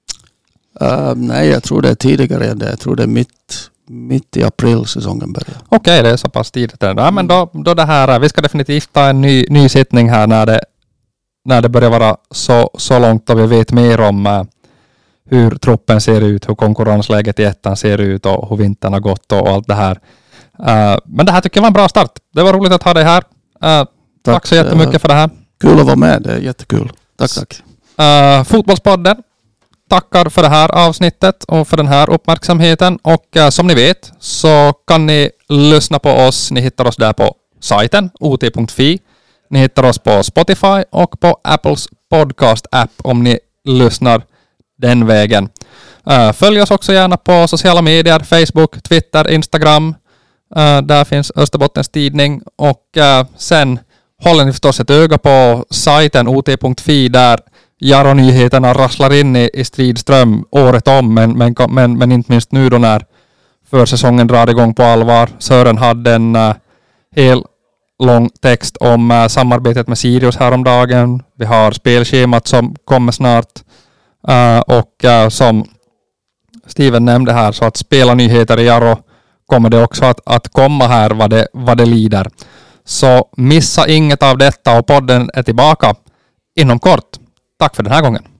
Nej, jag tror det är tidigare än det. Jag tror det är mitt i april säsongen börjar. Okej, det är så pass tidigt. Ja, men då det här, vi ska definitivt ta en ny sittning här när det börjar vara så långt och vi vet mer om hur truppen ser ut, hur konkurrensläget i ettan ser ut och hur vintern har gått och allt det här. Men det här tycker jag var en bra start. Det var roligt att ha dig här. Tack så jättemycket för det här. Kul att vara med, det är jättekul. Tack. Fotbollspodden tackar för det här avsnittet och för den här uppmärksamheten. Och som ni vet så kan ni lyssna på oss. Ni hittar oss där på sajten ot.fi. Ni hittar oss på Spotify och på Apples podcast-app om ni lyssnar den vägen. Följ oss också gärna på sociala medier, Facebook, Twitter, Instagram. Där finns Österbottens tidning. Och sen håller ni förstås ett öga på sajten ot.fi där Jaro-nyheterna rasslar in i stridström året om. Men inte minst nu då när försäsongen drar igång på allvar. Sören hade en hel lång text om samarbetet med Sirius häromdagen. Vi har spelschemat som kommer snart. Och som Steven nämnde här, så att spelarnyheter i Jaro kommer det också att komma här vad det lider. Så missa inget av detta och podden är tillbaka inom kort. Tack för den här gången.